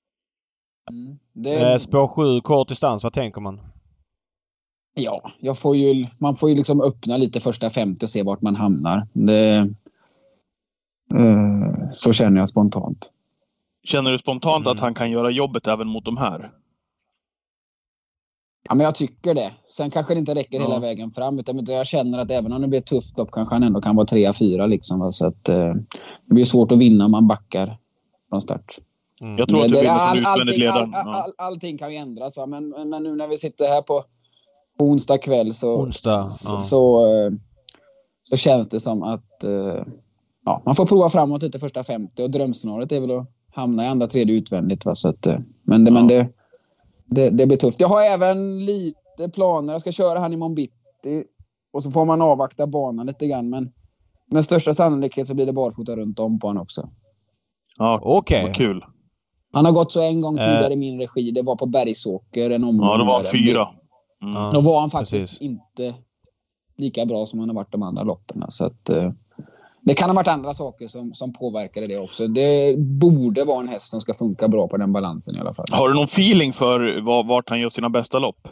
Mm. Det... Eh, spår sju, kort distans, vad tänker man? Ja, jag får ju, man får ju liksom öppna lite första femtio och se vart man hamnar. Det, eh, så känner jag spontant. Känner du spontant mm. att han kan göra jobbet även mot de här? Ja, men jag tycker det. Sen kanske det inte räcker ja. hela vägen fram. Utan jag känner att även om det blir tufft upp kanske han ändå kan vara tre fyra liksom. Så att eh, det blir svårt att vinna om man backar från start. Mm. Jag tror att du vinner all, som utvändigt ledaren. All, all, all, allting kan ju ändras. Va? Men, men nu när vi sitter här på onsdag kväll så, onsdag, så, ja. så, så känns det som att eh, ja, man får prova framåt lite första femtio. Och drömscenariot är väl att hamna i andra tredje utvändigt. Va? Så att, men det... Ja. Men det Det, det blir tufft. Jag har även lite planer. Jag ska köra han i Monbitti. Och så får man avvakta banan lite grann. Men med största sannolikhet så blir det barfota runt om på han också. Ja, okej. Okay. Kul. Han har gått så en gång tidigare i min regi. Det var på Bergsåker. En omgång. Ja, det var fyra. Mm. Då var han faktiskt Precis. inte lika bra som han har varit de andra loppen. Så att... Det kan ha varit andra saker som, som påverkade det också. Det borde vara en häst som ska funka bra på den balansen i alla fall. Har du någon feeling för vart han gör sina bästa lopp?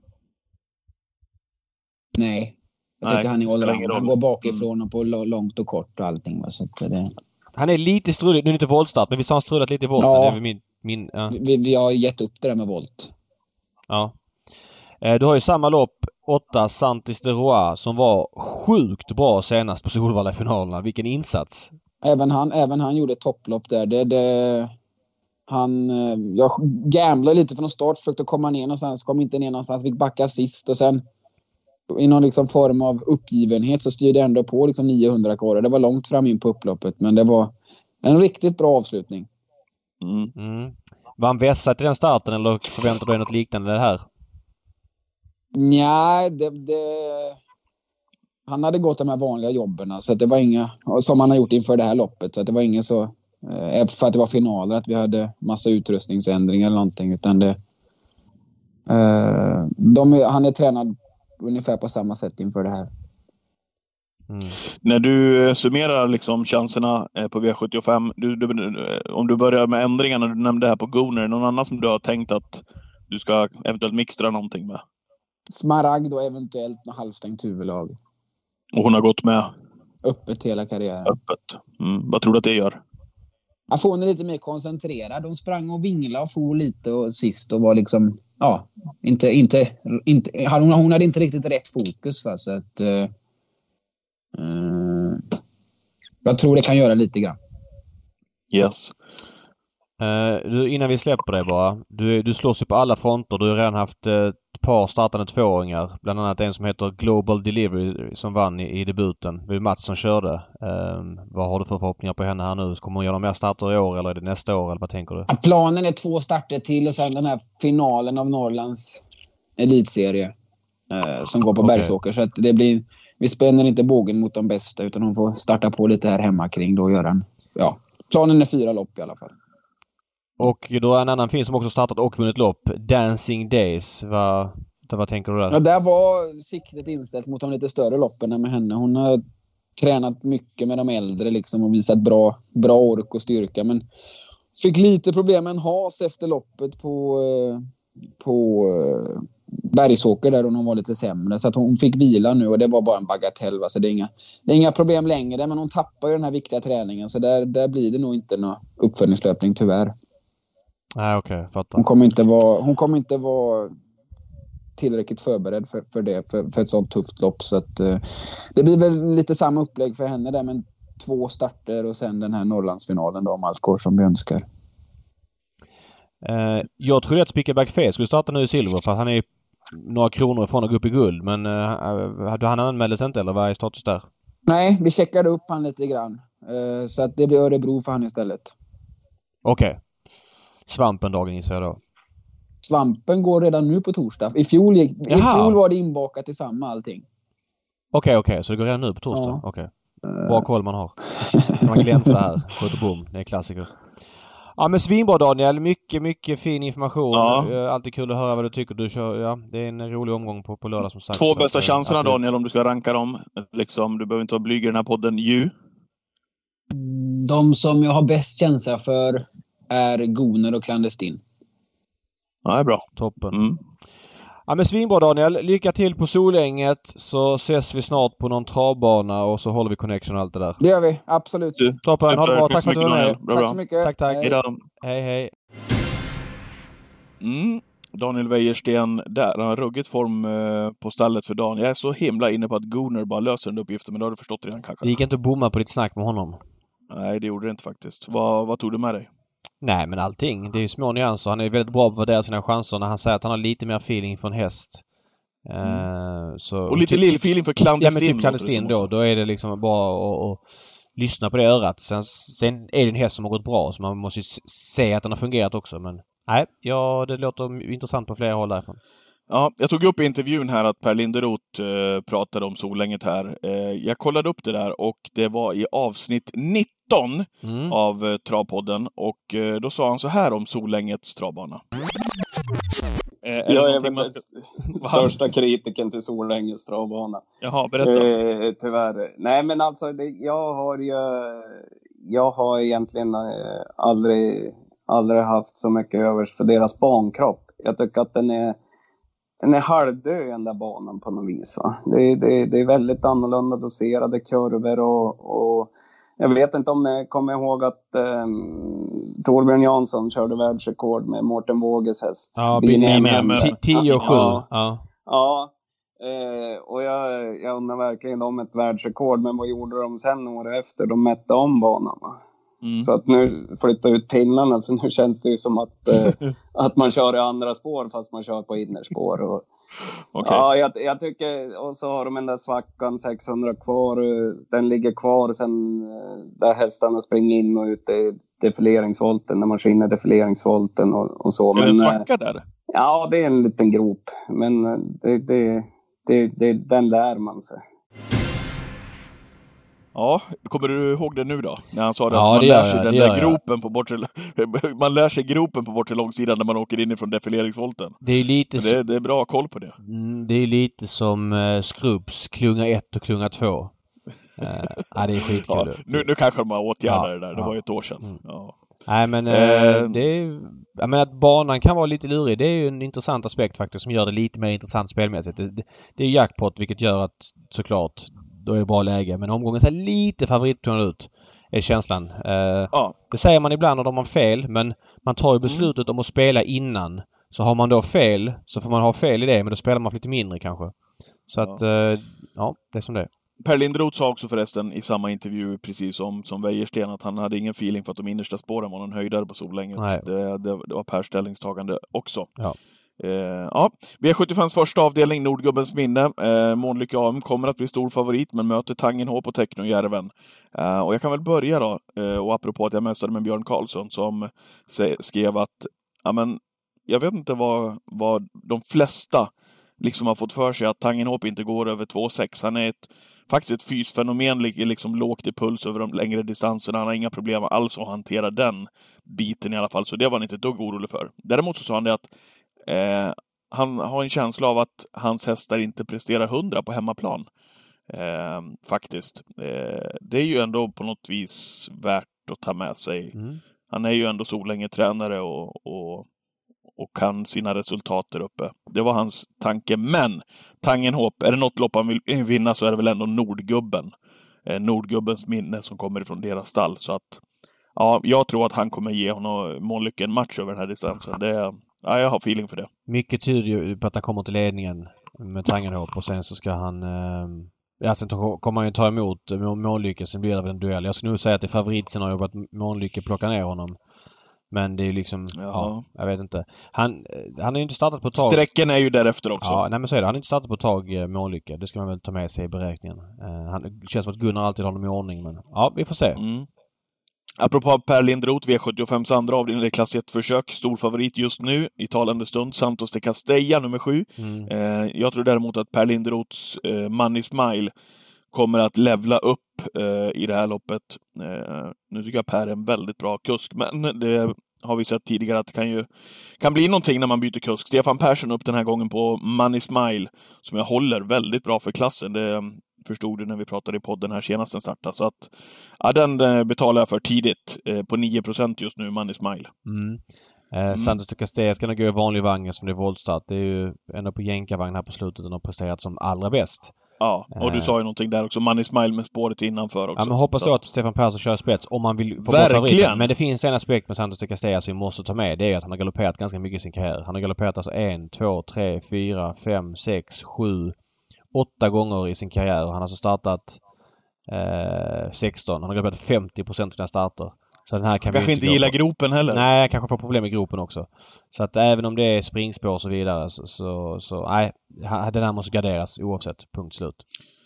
Nej. Jag Nej, tycker han är allround. Han går bakifrån mm. och på långt och kort och allting. Så det... Han är lite strulig. Nu är det inte våldstart, men vi sa han strulat lite i volt. Ja. Det är min Min, ja. vi, vi har gett upp det där med volt. Ja. Eh, du har ju samma lopp, åtta Santis de Roa, som var sjukt bra senast på Solvalla i finalerna. Vilken insats! Även han, även han gjorde ett topplopp där. Det, det, han, jag gamblade lite från start, försökte komma ner någonstans, kom inte ner någonstans, fick backa sist och sen i någon liksom form av uppgivenhet så styrde jag ändå på liksom niohundra kvar. Det var långt fram in på upploppet, men det var en riktigt bra avslutning. Mm. Mm. Var han vässad till den starten eller förväntar du dig något liknande det här? Nej, det, det... han hade gått de här vanliga jobben så att det var inga, som han har gjort inför det här loppet, så att det var inget så eh, för att det var finaler att vi hade massa utrustningsändringar eller någonting, utan det eh, de, han är tränad ungefär på samma sätt inför det här. Mm. När du summerar liksom chanserna på V sjuttiofem, du, du, om du börjar med ändringarna du nämnde här på Gooner, någon annan som du har tänkt att du ska eventuellt mixtra någonting med? Smaragd och eventuellt med halvstängt huvudlag. Och hon har gått med? Öppet hela karriären. Öppet. Mm. Vad tror du att det gör? Jag får hon är lite mer koncentrerad. De sprang och vinglade och for lite och sist och var liksom, ja, inte, inte, inte hon, hon hade inte riktigt rätt fokus för så att uh, uh, jag tror det kan göra lite grann. Yes. Uh, du, innan vi släpper det bara. Du, du slåss ju på alla fronter. Du har redan haft uh, ett par startande tvååringar. Bland annat en som heter Global Delivery som vann i, i debuten. Det var Mats som körde. Uh, vad har du för förhoppningar på henne här nu? Kommer hon göra mer starter i år eller är det nästa år? Eller vad tänker du? Planen är två starter till och sen den här finalen av Norrlands elitserie uh, som går på okay. Bergsåker. Så att det blir, vi spänner inte bågen mot de bästa utan hon får starta på lite här hemma kring då och göra en, ja. Planen är fyra lopp i alla fall. Och då är en annan film som också startat och vunnit lopp. Dancing Days. Vad, vad tänker du där? Ja, där var siktet inställt mot de lite större loppen med henne. Hon har tränat mycket med de äldre liksom och visat bra, bra ork och styrka. Men fick lite problem med en has efter loppet på, på Bergsåker där hon var lite sämre. Så att hon fick vila nu och det var bara en bagatell. Alltså det, är inga, det är inga problem längre, men hon tappar ju den här viktiga träningen. Så där, där blir det nog inte någon uppföljningslöpning tyvärr. Nej, okej, okay, fattar. Hon kommer inte vara, hon kommer inte vara tillräckligt förberedd för, för det, för, för ett sånt tufft lopp. Så att, uh, det blir väl lite samma upplägg för henne där, men två starter och sen den här Norrlandsfinalen då, om allt går som vi önskar. Uh, jag trodde att Spickerback Fe skulle starta nu i silver för att han är några kronor ifrån att gå upp i guld. Men uh, han anmäldes inte eller vad är status där? Nej, vi checkade upp han lite grann. Uh, så att det blir Örebro för han istället. Okej. Okay. Svampen dagen gissar jag då. Svampen går redan nu på torsdag. I fjol, gick, i fjol var det inbakat i samma allting. Okej, okay, okej. Okay. Så det går redan nu på torsdag? Ja. Okej. Okay. Bra koll man har. Kan man glänsa här. På bom. Det är klassiker. Ja, men svinbra Daniel. Mycket, mycket fin information. Ja. Alltid kul att höra vad du tycker. Du kör, ja, det är en rolig omgång på, på lördag som sagt. Två bästa att, chanserna att, Daniel om du ska ranka dem. Liksom, du behöver inte vara blyg i den här podden. Ju. De som jag har bäst känsla för är Goner och Clandestin. Ja, det är bra. Toppen. Mm. Ja, men svinbra Daniel. Lycka till på Solänget så ses vi snart på någon travbana och så håller vi connection och allt det där. Det gör vi, absolut. Du, Toppen, ha det bra. Tack för att du var med. Bra, tack så mycket. Tack, tack. Hej, hej. hej. Mm. Daniel Wäjersten där. Han har ruggit form eh, på stället för dagen. Jag är så himla inne på att Goner bara löser den uppgiften, men då har du förstått redan kanske. Det gick inte att bomma på ditt snack med honom. Nej, det gjorde det inte faktiskt. Vad, vad tog du med dig? Nej, men allting. Det är ju små nyanser. Han är väldigt bra på att värdera sina chanser när han säger att han har lite mer feeling från häst. Mm. Uh, så, och lite lill feeling för Clandestin. Ja, men typ Clandestin då. Då är det liksom bara att, att lyssna på det örat. Sen, sen är det en häst som har gått bra så man måste ju se att den har fungerat också. Men nej, ja, det låter intressant på flera håll därifrån. Ja, jag tog upp i intervjun här att Per Linderoth eh, pratade om Solänget här. Eh, jag kollade upp det där och det var i avsnitt nitton mm. av eh, Travpodden. Och eh, då sa han så här om Solängets travbana. Eh, är jag är väl den ska... största kritiken till Solängens travbana. Jaha, berätta. Eh, tyvärr. Nej, men alltså det, jag har ju... Jag har egentligen eh, aldrig, aldrig haft så mycket övers för deras bankropp. Jag tycker att den är... Den är halvdöd den där banan på något vis. Va? Det, det, det är väldigt annorlunda doserade kurvor och, och Jag vet inte om ni kommer ihåg att eh, Torbjörn Jansson körde världsrekord med Mårten Våges häst. Ja, B M M. tio och sju. Ja. Ja. ja. Eh, och jag, jag undrar verkligen om ett världsrekord. Men vad gjorde de sen året efter? De mätte om banan. Mm. Så att nu flyttar ut pinnarna. Så nu känns det ju som att, eh, att man kör i andra spår fast man kör på innerspår. Och, okay. Ja, jag, jag tycker... Och så har de den där svackan sexhundra kvar. Den ligger kvar sen där hästarna springer in och ut i defileringsvolten. När man skinner defileringsvolten och, och så. Är det en svacka där? Ja, det är en liten grop. Men det, det, det, det, den lär man sig. Ja, kommer du ihåg det nu då? När han sa det, ja, att man det lär sig jag, den det där gropen på bortre, man lär sig gropen på bortre långsidan när man åker in ifrån defileringsvolten. Det är lite det, är, det är bra koll på det. Mm, det är lite som uh, Skrubbs klunga ett och klunga två. Uh, ja, det är skitkul. Ja, nu, nu kanske de har åtgärdat ja, det där. Det ja. var ju ett år sedan. Mm. Ja. Nej, men uh, det är, jag menar att banan kan vara lite lurig. Det är ju en intressant aspekt faktiskt som gör det lite mer intressant spelmässigt. Det, det, det är jackpot vilket gör att såklart då är det bra läge. Men omgången ser lite favorittonad ut. Är känslan. Uh, ja. Det säger man ibland och de har fel. Men man tar ju beslutet mm. om att spela innan. Så har man då fel så får man ha fel i det. Men då spelar man lite mindre kanske. Så ja. att, uh, ja, det är som det är. Per Lindroth sa också förresten i samma intervju precis som, som Wäjersten att han hade ingen feeling för att de innersta spåren var någon höjdare på Solänget. Det, det, det var Pers ställningstagande också. Ja. Eh, ja. V sjuttiofems första avdelning, Nordgubbens minne. Eh, Månlycke A M kommer att bli stor favorit men möter Tangenhop och Technojärven. Eh, och jag kan väl börja då, eh, och apropå att jag mästade med Björn Karlsson som se, skrev att ja, men, jag vet inte vad, vad de flesta liksom har fått för sig att Tangenhop inte går över två komma sex. Han är ett faktiskt ett fysfenomen, ligger liksom lågt i puls över de längre distanserna. Han har inga problem alls att hantera den biten i alla fall. Så det var han inte ett dugg orolig för. Däremot så sa han det att eh, han har en känsla av att hans hästar inte presterar hundra på hemmaplan. Eh, faktiskt. Eh, det är ju ändå på något vis värt att ta med sig. Mm. Han är ju ändå Solänge-tränare och, och och kan sina resultat där uppe. Det var hans tanke. Men Tangenhop, är det något lopp han vill vinna så är det väl ändå Nordgubben. Eh, Nordgubbens minne som kommer ifrån deras stall. Så att, ja, jag tror att han kommer ge honom Månlycke en match över den här distansen. Det, ja, jag har feeling för det. Mycket tyder ju på att han kommer till ledningen med Tangenhop och sen så ska han... Eh... Ja, sen kommer han ju ta emot Månlycke, sen blir det väl en duell. Jag skulle nog säga att det är favoritscenario att Månlycke plockar ner honom. Men det är liksom, Jaha. ja, jag vet inte. Han, han har ju inte startat på ett tag. Sträcken är ju därefter också. Ja, nej men så är det. Han har inte startat på ett tag Månlycke. Det ska man väl ta med sig i beräkningen. Uh, han, det känns som att Gunnar alltid har dem i ordning, men ja, vi får se. Mm. Apropå Per Lindroth, V sjuttiofems andra avdelning, klass ett-försök. Stor favorit just nu, i talande stund, Santos de Castella, nummer sju. Mm. Uh, jag tror däremot att Per Lindroths uh, Money Smile kommer att levla upp uh, i det här loppet. Uh, nu tycker jag Per är en väldigt bra kusk, men det har vi sett tidigare att det kan ju kan bli någonting när man byter kusk. Stefan Persson upp den här gången på Money Smile, som jag håller väldigt bra för klassen. Det förstod du när vi pratade i podden här senast den startade. Så att, ja, den betalar jag för tidigt. Uh, på nio procent just nu, Money Smile. Mm. Eh, mm. Santos de Castella ska nog gå i vanlig vagn som det är voltstart. Det är ju ändå på jänkarvagn här på slutet den har presterat som allra bäst. Ja, och du eh. sa ju någonting där också. Money Smile med spåret innanför också. Ja, men hoppas då att Stefan Persson kör spets om man vill få bort favoriten. Men det finns en aspekt med Santos de Castella som vi måste ta med. Det är att han har galopperat ganska mycket i sin karriär. Han har galopperat alltså en, två, tre, fyra, fem, sex, sju, åtta gånger i sin karriär. Han har alltså startat eh, sexton. Han har galopperat femtio procent av sina starter. Så den här kan kanske vi inte gilla gropen heller. Nej, kanske får problem med gropen också. Så att även om det är springspår och så vidare så, så, så nej, den här måste garderas oavsett. Punkt slut.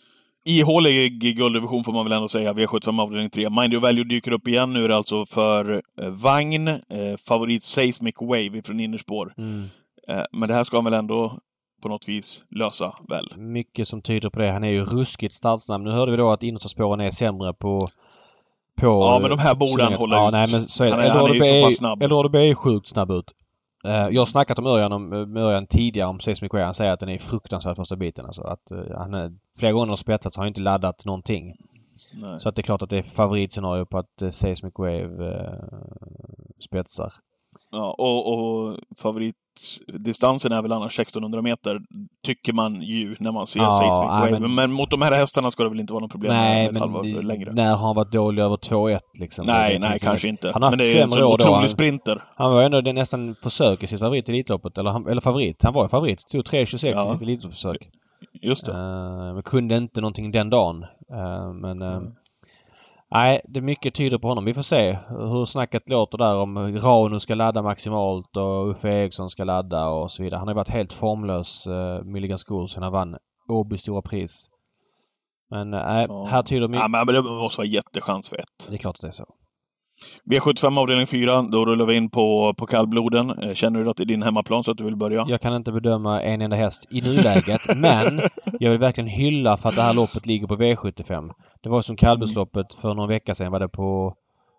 Ihålig gulddivision får man väl ändå säga. V sjuttiofem avdelning tre. Mind Your Value dyker upp igen. Nu är det alltså för eh, vagn. Eh, favorit Seismic Wave från innerspår. Mm. Eh, men det här ska han väl ändå på något vis lösa väl. Mycket som tyder på det. Han är ju ruskigt startsnabb. Nu hörde vi då att innersta spåren är sämre på På, ja, men de här borde han hålla ja, ut. Nej, men så är det. Eldorado B är sjukt snabb ut. Uh, jag har snackat om Örjan, om, med Örjan tidigare om Seismic Wave. Han säger att den är fruktansvärd första biten. Alltså, att, uh, han är, flera gånger har spetsat så har han inte laddat någonting. Nej. Så att det är klart att det är favoritscenario på att uh, Seismic Wave uh, spetsar. Ja, och, och favorit distansen är väl annars sextonhundra meter, tycker man ju när man ser Ja, Seismic ja, Wave. men- Men mot de här hästarna ska det väl inte vara något problem Nej, med ett men halvår det- längre. när har han varit dålig över två ett liksom? Nej, Det nej, finns kanske inget- inte. Han har Men haft det är en sämre sån år då. otrolig Han, sprinter. han var ändå det nästan försök i sitt favorit i Elitloppet. Eller, han, eller favorit. Han var ju favorit. Tog tre tjugosex Ja. i sitt Elitloppsförsök. Just det. Uh, men kunde inte någonting den dagen. Uh, men... Uh, Mm. Nej, det är mycket tyder på honom. Vi får se hur snacket låter där om Rauno ska ladda maximalt och Uffe Eriksson ska ladda och så vidare. Han har varit helt formlös, uh, Milligan School, sen han vann Åby stora pris. Men nej, Ja. här tyder mycket... Ja, men det måste vara jättechans för ett. Det är klart att det är så. V sjuttiofem avdelning fyra, då rullar vi in på, på kallbloden. Eh, Känner du att det är din hemmaplan så att du vill börja? Jag kan inte bedöma en enda häst i nuläget, men jag vill verkligen hylla för att det här loppet ligger på V sjuttiofem. Det var som kallblodsloppet för någon vecka sedan, var det på...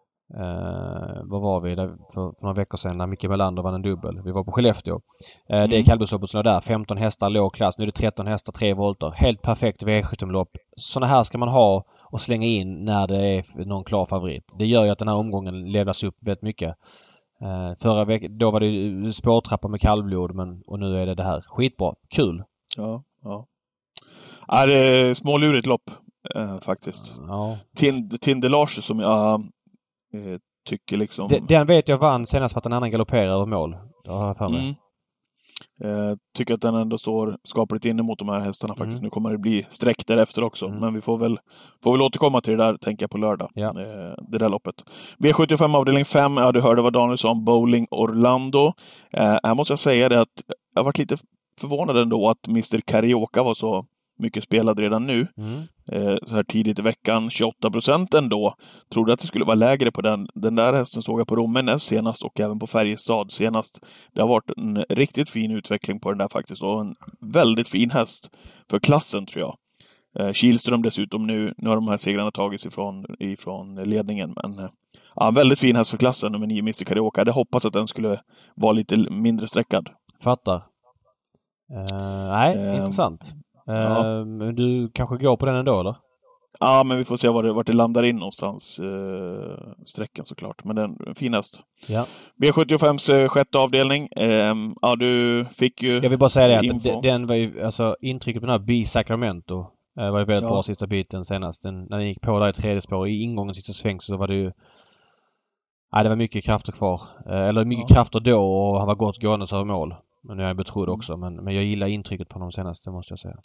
Eh, vad var vi? Där för, för några veckor sedan när Micke Melander vann en dubbel. Vi var på Skellefteå. Eh, Mm. Det är kallblodsloppet som är där. femton hästar, låg klass. Nu är det tretton hästar, tre volter. Helt perfekt V sjuttiofem-lopp. Såna här ska man ha och slänga in när det är någon klar favorit. Det gör ju att den här omgången levlas upp väldigt mycket. Eh, förra veckan, då var det ju spårtrappa med kallblod, men och nu är det det här. Skitbra. Kul. Ja, ja. Ja, det är smålurigt lopp, eh, faktiskt. Ja. Tind, Tindelars som jag eh, tycker liksom... Den, den vet jag vann senast för att en annan galopperar över mål. Det har jag för mig. Mm. Eh, tycker att den ändå står skapligt inne mot de här hästarna faktiskt. Mm. Nu kommer det bli streck därefter också. Mm. Men vi får väl, får väl återkomma till det där, tänker jag, på lördag. Ja. Eh, det där loppet. V sjuttiofem avdelning fem. Ja, du hörde vad Daniel sa om Bowling Orlando. Eh, här måste jag säga det att jag har varit lite förvånad ändå att mister Carioca var så mycket spelad redan nu. Mm. Eh, så här tidigt i veckan. tjugoåtta procent ändå. Trodde att det skulle vara lägre på den. Den där hästen såg jag på Rommenäs senast och även på Färjestad senast. Det har varit en riktigt fin utveckling på den där faktiskt. Och en väldigt fin häst för klassen, tror jag. Eh, Kihlström dessutom nu. Nu har de här segrarna tagits ifrån, ifrån ledningen. Men eh, ja, en väldigt fin häst för klassen, nummer nio, mister Carioca. Jag hade hoppats att den skulle vara lite mindre sträckad. Fattar. Uh, nej, Ehm, intressant. ja. Uh, men du kanske går på den ändå, eller? Ja, men vi får se var det, vart det landar in någonstans. Eh, sträckan såklart. Men den en fin häst. Ja. V sjuttiofems eh, sjätte avdelning. Eh, ja, du fick ju... Jag vill bara säga det att info. den, den var ju, alltså intrycket på den här B Sacramento uh, var ju väldigt Ja. bra sista biten senast. Den, när den gick på där i tredje spår i ingången sista sväng så var det ju... Nej, det var mycket krafter kvar. Uh, eller mycket Ja. krafter då och han var gott gående över mål. Men jag är betrodd Mm. också. Men, men jag gillar intrycket på honom senast, det måste jag säga.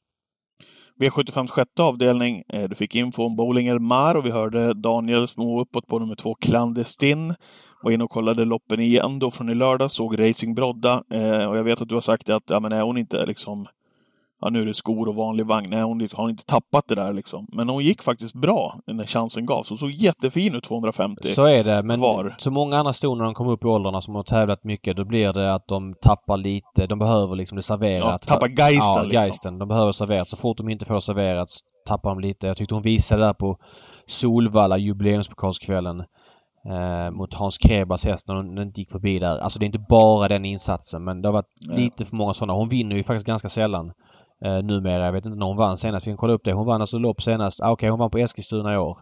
V sjuttiofems sjätte avdelning. Eh, du fick info om Bowlinger Mar och vi hörde Daniel små uppåt på nummer två Clandestin. Var inne och kollade loppen igen då från i lördag. Såg Racing Brodda. Eh, och jag vet att du har sagt att ja, men är hon inte liksom... Ja, nu är det skor och vanlig vagn. Nej, hon har inte tappat det där liksom. Men hon gick faktiskt bra när chansen gavs. Hon såg jättefin ut tvåhundrafemtio. Så är det, men kvar. så många andra stor när de kommer upp i åldrarna som har tävlat mycket, då blir det att de tappar lite. De behöver liksom det serverat. Ja, tappar geisten. Ja, liksom. geisten. De behöver serverat. Så fort de inte får serverat så tappar de lite. Jag tyckte hon visade där på Solvalla jubileumspokalskvällen eh, mot Hans Krebas häst när hon inte gick förbi där. Alltså det är inte bara den insatsen, men det har varit Nej. lite för många sådana. Hon vinner ju faktiskt ganska sällan. Uh, numera. Jag vet inte när hon vann senast. Vi kan kolla upp det. Hon vann alltså lopp senast. Ah, Okej, okay, hon vann på Eskilstuna i år.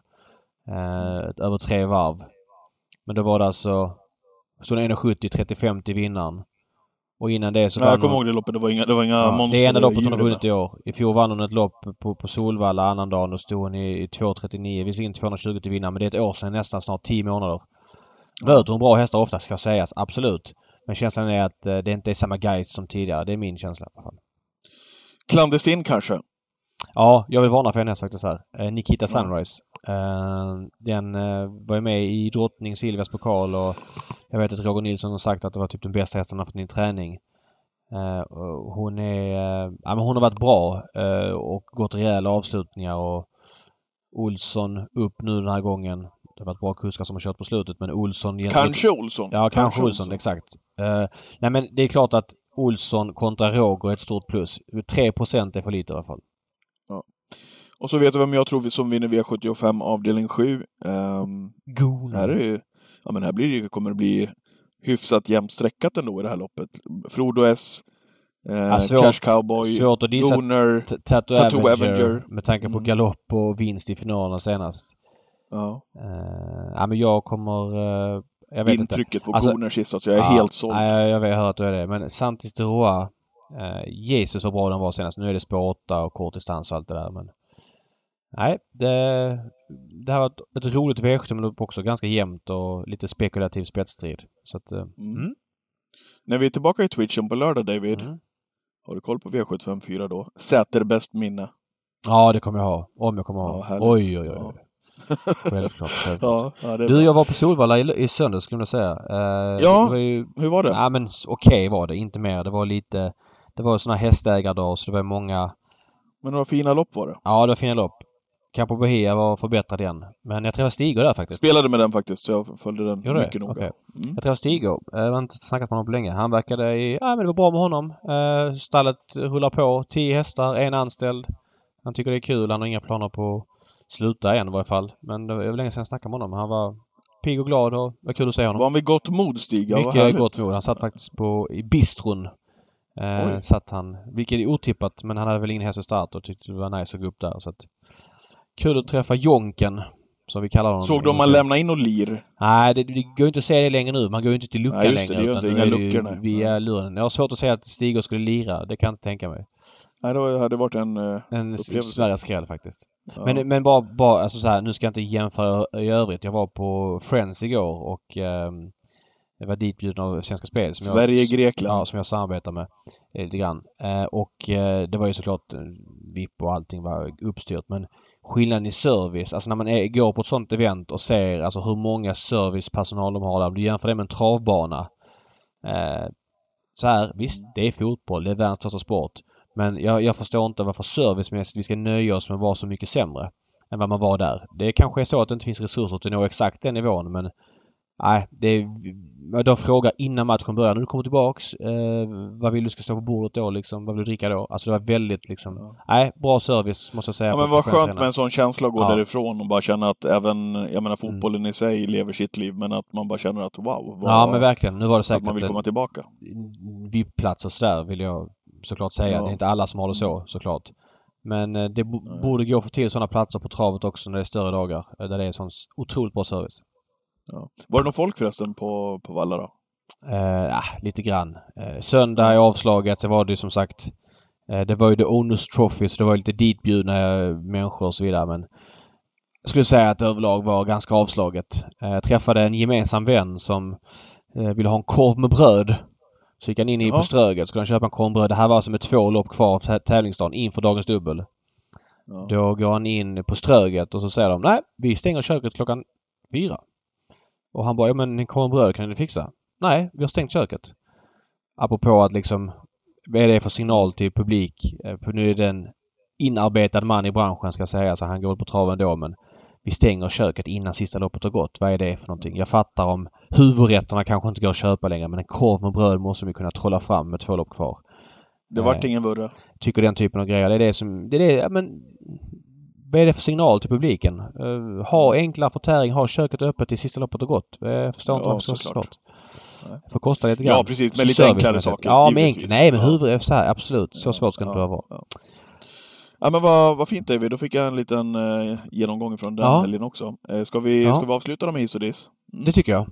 Uh, över tre varv. Men då var det alltså... Stod en sjuttio trettiofem till vinnaren. Och innan det så Ja, vann jag kommer hon... ihåg det loppet. Det var inga, det var inga Ja, monster. det är enda loppet hon har djur vunnit i år. I fjol vann hon ett lopp på, på Solvalla annandagen och stod hon i, i två trettionio. Visserligen tvåhundratjugo till vinnaren, men det är ett år sedan, nästan snart tio månader. Möter hon bra hästar ofta, ska sägas. Absolut. Men känslan är att uh, det inte är samma guys som tidigare. Det är min känsla i alla fall. Clandestin kanske? Ja, jag vill varna för hennes faktiskt här. Eh, Nikita Ja. Sunrise. Eh, den eh, var ju med i drottning Silvias pokal och jag vet att Roger Nilsson har sagt att det var typ den bästa hästen för din träning. Eh, och hon är... Eh, ja, men hon har varit bra eh, och gått rejäla avslutningar och Olsson upp nu den här gången. Det har varit bra kuskar som har kört på slutet, men Olsson... Kanske Olsson. Ja, kanske, kanske Olsson, Olsson, exakt. Uh, nej, men det är klart att Olsson kontra Roger är ett stort plus. tre procent är för lite i alla fall. Ja. Och så vet du vem jag tror som vinner V sjuttiofem avdelning sju. Um, God. här är ju, ja, men här blir det, kommer det bli hyfsat jämnt sträckat ändå i det här loppet. Frodo S, eh, ja, svårt, Cash Cowboy, svårt att dissa Gooner, Tattoo Avenger, Avenger med tanke på Mm. galopp och vinst i finalen senast. Ja. Uh, ja, men jag kommer... Uh, jag vet intrycket inte. på Alltså, Corner sist, så jag är ja, helt såld. Ja, jag vet att du är det. Men Santis de Roa, eh, Jesus så bra den var senast. Nu är det spår åtta och kort distans och allt det där. Men nej, det, det här var ett, ett roligt V sjuttiofem men också ganska jämnt och lite spekulativ spetsstrid. Så att, mm. Mm. När vi är tillbaka i Twitchen på lördag, David, mm. har du koll på V sjuttiofem fyra då? Sätter bäst minne? Ja, det kommer jag ha. Om jag kommer ha. Ja, oj, oj, oj. Ja. Självklart. självklart. Ja, ja, du, bra. Jag var på Solvalla i, i söndags skulle jag säga. Uh, ja, var ju, hur var det? Ja, men okej okay var det. Inte mer. Det var lite... Det var såna hästägardagar så det var många... Men några fina lopp var det? Ja, det var fina lopp. Campo Bahia var förbättrad igen. Men jag tror jag Stiger där faktiskt. Spelade med den faktiskt, så jag följde den Gjorde mycket noga. Okay. Mm. Jag tror jag Stiger. Jag har inte snackat med honom på länge. Han verkade i... Ja, men det var bra med honom. Uh, stallet rullar på. Tio hästar, en anställd. Han tycker det är kul. Han har inga planer på att sluta än i varje fall. Men det var länge sedan jag snackade med honom. Han var pigg och glad och var kul att se honom. Var han vid gott mod, Stiga? Mycket gott mod. Han satt faktiskt på, i bistron. Eh, satt han, vilket är otippat, men han hade väl ingen häst i start och tyckte det var nice att gå upp där. Så att, kul att träffa Jonken, som vi kallar honom. Såg de man lämna in och lir? Nej, det, det går inte att säga det längre nu. Man går ju inte till luckan nej, längre. Det, det utan inga luckor, via luren. Jag har svårt att säga att Stiger skulle lira. Det kan jag inte tänka mig. Nej, det hade varit en uh, En smärre skräll faktiskt. Ja. Men, men bara, bara alltså så här, nu ska jag inte jämföra i övrigt. Jag var på Friends igår och um, jag var ditbjuden av Svenska Spel. Som Sverige, jag, Grekland. Ja, som jag samarbetar med lite grann. Uh, och uh, det var ju såklart uh, V I P och allting var uppstyrt. Men skillnaden i service, alltså när man är, går på ett sånt event och ser alltså hur många servicepersonal de har där. Du jämför det med en travbana. Uh, så här, visst, det är fotboll. Det är världens största sport. Men jag, jag förstår inte varför servicemässigt vi ska nöja oss med att vara så mycket sämre än vad man var där. Det kanske är så att det inte finns resurser till att nå exakt den nivån, men nej, det är, de frågar innan matchen börjar. När du kommer tillbaks, eh, vad vill du ska stå på bordet då liksom? Vad vill du dricka då? Alltså det var väldigt liksom, ja. nej, bra service måste jag säga. Ja, men vad skönt med en sån känsla att gå ja. därifrån och bara känna att även, jag menar fotbollen mm. i sig lever sitt liv, men att man bara känner att wow. Vad, ja, men verkligen. Nu var det säkert att man vill komma tillbaka. V I P-plats och sådär vill jag såklart säga. Ja. Det är inte alla som har det så, såklart. Men det b- borde gå för till sådana platser på travet också när det är större dagar. Där det är sån otroligt bra service. Ja. Var det någon folk förresten på, på Valla då? Eh, ja, lite grann. Eh, söndag är avslaget, så var det som sagt eh, det var ju The Owners Trophy, så det var lite ditbjudna människor och så vidare. Men jag skulle säga att det överlag var ganska avslaget. Eh, jag träffade en gemensam vän som eh, ville ha en korv med bröd. Så gick han in i ja. på Ströget, skulle han köpa en kornbröd. Det här var alltså med två lopp kvar av tävlingsdagen inför dagens dubbel. Ja. Då går han in på Ströget och så säger de, nej, vi stänger köket klockan fyra. Och han bara, ja men en kornbröd kan ni fixa? Nej, vi har stängt köket. Apropå att liksom, vad är det för signal till publik? Nu är det en inarbetad man i branschen ska jag säga, så han går på traven då, men vi stänger köket innan sista loppet har gått. Vad är det för någonting? Jag fattar om huvudrätterna kanske inte går att köpa längre, men en korv med bröd måste vi kunna trolla fram med två lopp kvar. Det vart eh, ingen vurra. Tycker den typen av grejer. Det är det som... Det är det, men, vad är det för signal till publiken? Uh, ha enklare förtäring, ha köket öppet till sista loppet har gått. Jag förstår inte ja, varför det är så svårt. För kostar lite grann. Ja, precis. Med lite enklare saker. Ja, men enkelt. Nej, men huvud... Så här, absolut. Så svårt ska det inte behöva vara. Ja. Ja, men vad, vad fint David. Då fick jag en liten eh, genomgång från den ja. helgen också. Eh, ska, vi, ja. ska vi avsluta dem med hiss och diss? Mm. Det tycker jag.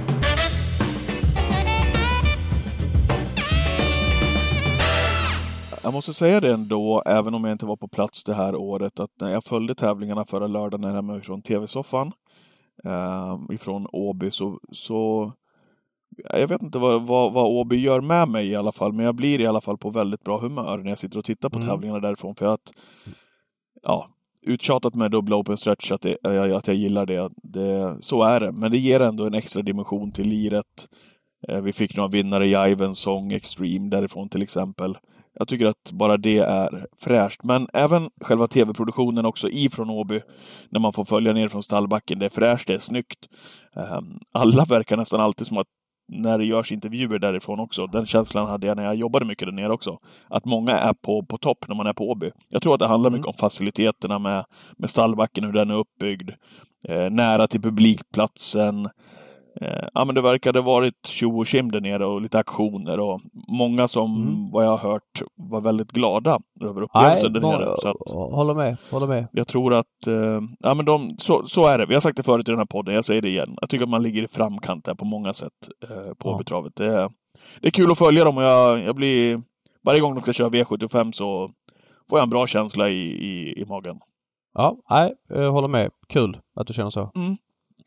Jag måste säga det ändå, även om jag inte var på plats det här året, att när jag följde tävlingarna förra lördagen när jag hemma från tv-soffan eh, ifrån Åby så, så jag vet inte vad, vad, vad Åby gör med mig i alla fall, men jag blir i alla fall på väldigt bra humör när jag sitter och tittar på mm. tävlingarna därifrån, för att ja, uttjatat med dubbla open stretch att, det, att jag gillar det. det. Så är det, men det ger ändå en extra dimension till liret. Eh, vi fick några vinnare i Ivens Song Extreme därifrån till exempel. Jag tycker att bara det är fräscht. Men även själva tv-produktionen också ifrån Åby. När man får följa ner från stallbacken. Det är fräscht, det är snyggt. Alla verkar nästan alltid som att när det görs intervjuer därifrån också. Den känslan hade jag när jag jobbade mycket där nere också. Att många är på, på topp när man är på Åby. Jag tror att det handlar mm. mycket om faciliteterna med, med stallbacken. Hur den är uppbyggd. Eh, nära till publikplatsen. Eh, ja, men det verkade varit tjo och tjim där nere och lite aktioner och många som, mm. vad jag har hört, var väldigt glada över upplevelsen där nere. Så att, håller med, håller med. Jag tror att, eh, ja men de, så, så är det. Vi har sagt det förut i den här podden, jag säger det igen. Jag tycker att man ligger i framkant där på många sätt eh, på Åbytravet. Ja. Det, det är kul att följa dem och jag, jag blir, varje gång de ska köra V sjuttiofem så får jag en bra känsla i, i, i magen. Ja, nej, jag håller med. Kul att du känner så. Mm.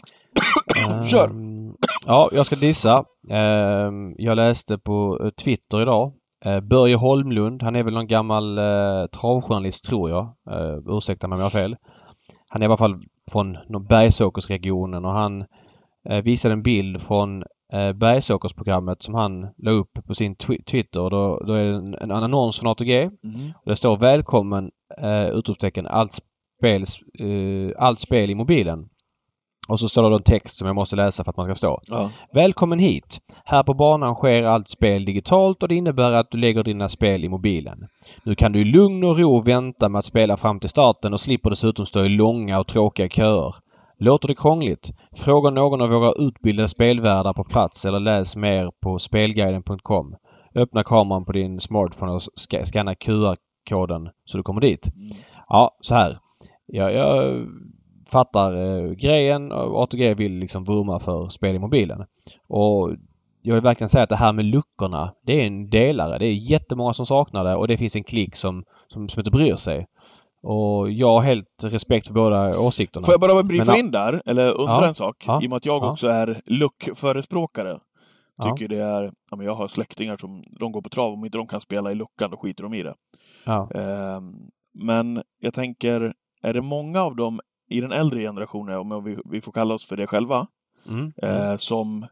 Kör! Um, ja, jag ska dissa. Um, jag läste på Twitter idag. Uh, Börje Holmlund, han är väl någon gammal uh, travjournalist tror jag. Uh, ursäkta mig om jag har fel. Han är i alla fall från Bergsåkersregionen och han uh, visade en bild från uh, Bergsåkersprogrammet som han la upp på sin tw- Twitter. Då, då är det en, en annons från A T G. Mm. Och det står välkommen uh, utropstecken allt spel, uh, allt spel i mobilen. Och så står det en text som jag måste läsa för att man ska förstå. Ja. Välkommen hit! Här på banan sker allt spel digitalt och det innebär att du lägger dina spel i mobilen. Nu kan du i lugn och ro vänta med att spela fram till starten och slipper dessutom stå i långa och tråkiga köer. Låter det krångligt? Fråga någon av våra utbildade spelvärdar på plats eller läs mer på spelguiden punkt com. Öppna kameran på din smartphone och sk- scanna Q R-koden så du kommer dit. Ja, så här. Jag... jag fattar eh, grejen och A T G vill liksom vurma för spel i mobilen. Och jag vill verkligen säga att det här med luckorna, det är en delare. Det är jättemånga som saknar det och det finns en klick som, som, som inte bryr sig. Och jag har helt respekt för båda åsikterna. Får jag bara briefa in där, eller undra ja, en sak? Ja, I och med att jag ja. också är luckförespråkare. Tycker Ja. det är, ja, men jag har släktingar som de går på trav, om inte de kan spela i luckan, då skiter de i det. Ja. Eh, men jag tänker, är det många av dem i den äldre generationen, om vi, vi får kalla oss för det själva, Mm. eh, som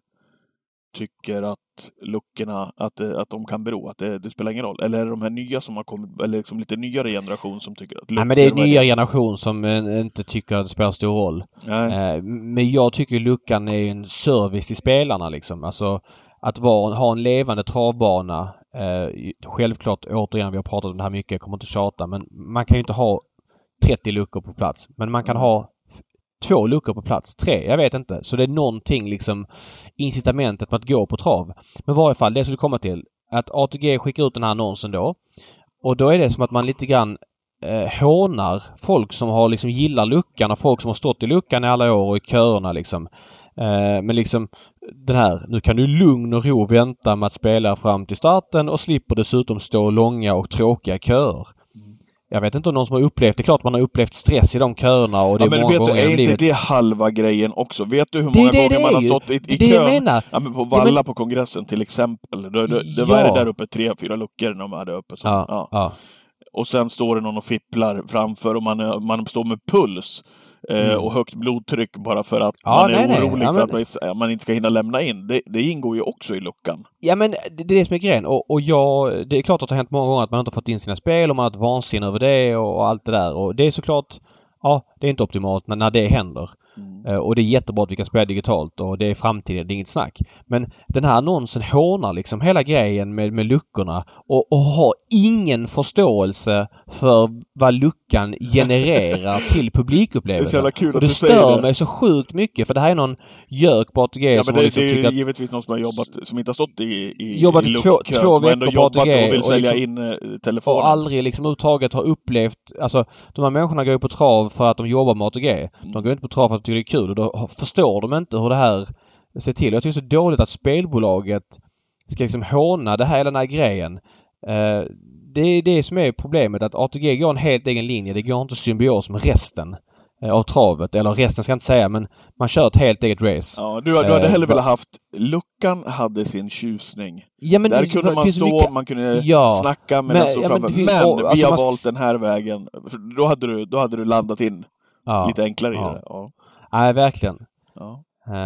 tycker att luckorna, att, att de kan bero, att det, det spelar ingen roll? Eller är det de här nya som har kommit, eller liksom lite nyare generation som tycker att luckor... Nej, men det är en nya generation som eh, inte tycker att det spelar stor roll. Eh, men jag tycker luckan är en service till spelarna liksom. Alltså att vara, ha en levande travbana, eh, självklart, återigen, vi har pratat om det här mycket, jag kommer inte tjata, men man kan ju inte ha trettio luckor på plats. Men man kan mm. ha två luckor på plats. Tre, jag vet inte. Så det är någonting liksom incitamentet på att gå på trav. Men i varje fall, det skulle komma till att A T G skickar ut den här annonsen då. Och då är det som att man lite grann eh, hånar folk som har liksom gillar luckan och folk som har stått i luckan i alla år och i köerna liksom. Eh, men liksom den här, nu kan du lugn och ro vänta med att spela fram till starten och slipper dessutom stå långa och tråkiga köer. Jag vet inte om någon som har upplevt, det är klart man har upplevt stress i de köerna och det ja, är men många vet gånger du, är i inte livet. det halva grejen också? Vet du hur det, många det, gånger det man har ju, stått i, i det kön? Jag menar. Ja, men på Valla ja, men, på kongressen till exempel. Det, det, det ja. var det där uppe tre, fyra luckor när de hade uppe. Så, ja, ja. Ja. Och sen står det någon och fipplar framför och man, man står med puls. Mm. Och högt blodtryck bara för att ja, man är nej, orolig nej. Ja, för men... att man, man inte ska hinna lämna in. Det, det ingår ju också i luckan. Ja, men det, det är det som är grejen. Och, och jag, det är klart att det har hänt många gånger att man inte har fått in sina spel och man har ett vansinne över det och, och allt det där. Och det är såklart, ja, det är inte optimalt, men när det händer. Mm. Uh, och det är jättebra att vi kan spela digitalt och det är framtiden, det är inget snack. Men den här annonsen hånar liksom hela grejen med, med luckorna och, och har ingen förståelse för vad luckan genererar till publikupplevelsen. Det är så kul och att det du stör säger det. mig så sjukt mycket för det här är någon jök på A T G ja, som men det, liksom det är tycker att... givetvis någon som har jobbat, som inte har stått i, i, jobbat i två, två veckor på A T G och vill sälja och, liksom, in uh, telefonen. Och aldrig liksom överhuvudtaget har upplevt, alltså de här människorna går ju på trav för att de jobbar med A T G. Mm. De går inte på trav för att de tycker det är kul och då förstår de inte hur det här ser till. Jag tycker det är så dåligt att spelbolaget ska liksom håna det här, hela den här grejen. Uh, det är det som är problemet, att A T G går en helt egen linje. Det går inte symbios med resten uh, av travet. Eller resten ska jag inte säga, men man kör ett helt eget race. Ja, du, du hade uh, hellre velat haft... Luckan hade sin tjusning. Ja, men där det, kunde man stå, mycket... man kunde ja, snacka med men, ja, men, men finns, vi alltså, har man... valt den här vägen. För då hade du, då hade du landat in ja, lite enklare ja. i det. Ja. Nej, verkligen. Ja.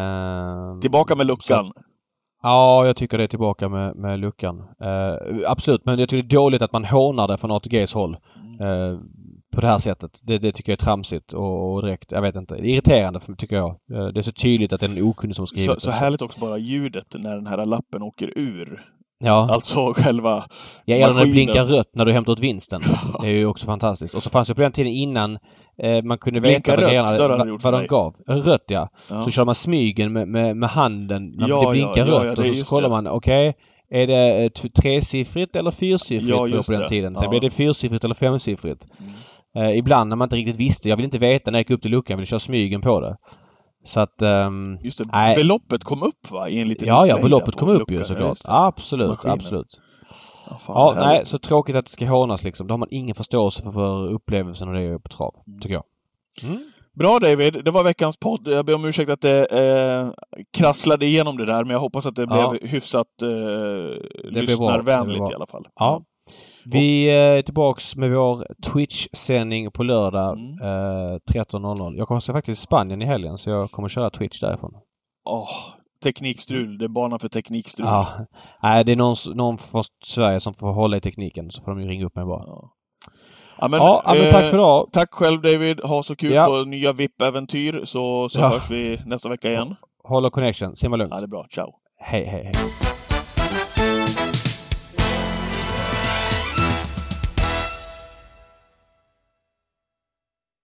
Uh, tillbaka med luckan. Så, ja, jag tycker det är tillbaka med, med luckan. Uh, absolut, men jag tycker det är dåligt att man hånar det från A T Gs håll. Uh, på det här sättet. Det, det tycker jag är tramsigt och, och direkt, jag vet inte. Det är irriterande för, tycker jag. Uh, det är så tydligt att det är en okunnig som skrivit så, så härligt också bara ljudet när den här lappen åker ur. Ja. Alltså själva Ja, eller när det blinkar rött när du hämtar ut vinsten. Det är ju också fantastiskt. Och så fanns det på den tiden innan eh, man kunde Blinka veta vad, rött, grejerna, vad, vad de gav. Rött, ja. ja. Så kör man smygen med, med, med handen när ja, det blinkar ja, rött. ja, ja, och så, så kollar man, okej, okay, är det t- tresiffrigt eller fyrsiffrigt ja, på den tiden? Sen ja. blir det fyrsiffrigt eller femsiffrigt. Mm. Eh, ibland när man inte riktigt visste. Jag vill inte veta när jag gick upp till luckan. Jag ville köra smygen på det. Så att... Um, Just det. Nej. Beloppet kom upp, va? I en liten ja, ja. Beloppet kom upp ju såklart. Ja, absolut, Maskinen. absolut. Ja, fan, ja nej, så tråkigt att det ska hånas liksom. Då har man ingen förståelse för, för upplevelsen och det är på trav, tycker jag. Mm. Bra David, det var veckans podd. Jag ber om ursäkt att det eh, krasslade igenom det där, men jag hoppas att det ja. blev hyfsat eh, det lyssnarvänligt bra. i alla fall. Ja. Vi är tillbaks med vår Twitch-sändning på lördag mm. eh, tretton noll noll. Jag kommer se faktiskt i Spanien i helgen, så jag kommer köra Twitch därifrån. Åh, oh, teknikstrul. Det är banan för teknikstrul. Ja. Nej, det är någon, någon från Sverige som får hålla i tekniken, så får de ju ringa upp mig bara. Ja. Ja, men, ja, men tack för idag. Eh, tack själv David. Ha så kul ja. på nya V I P-äventyr, så, så ja. hörs vi nästa vecka igen. Håller connection. Simma lugnt. Ja, det är bra. Ciao. Hej, hej, hej.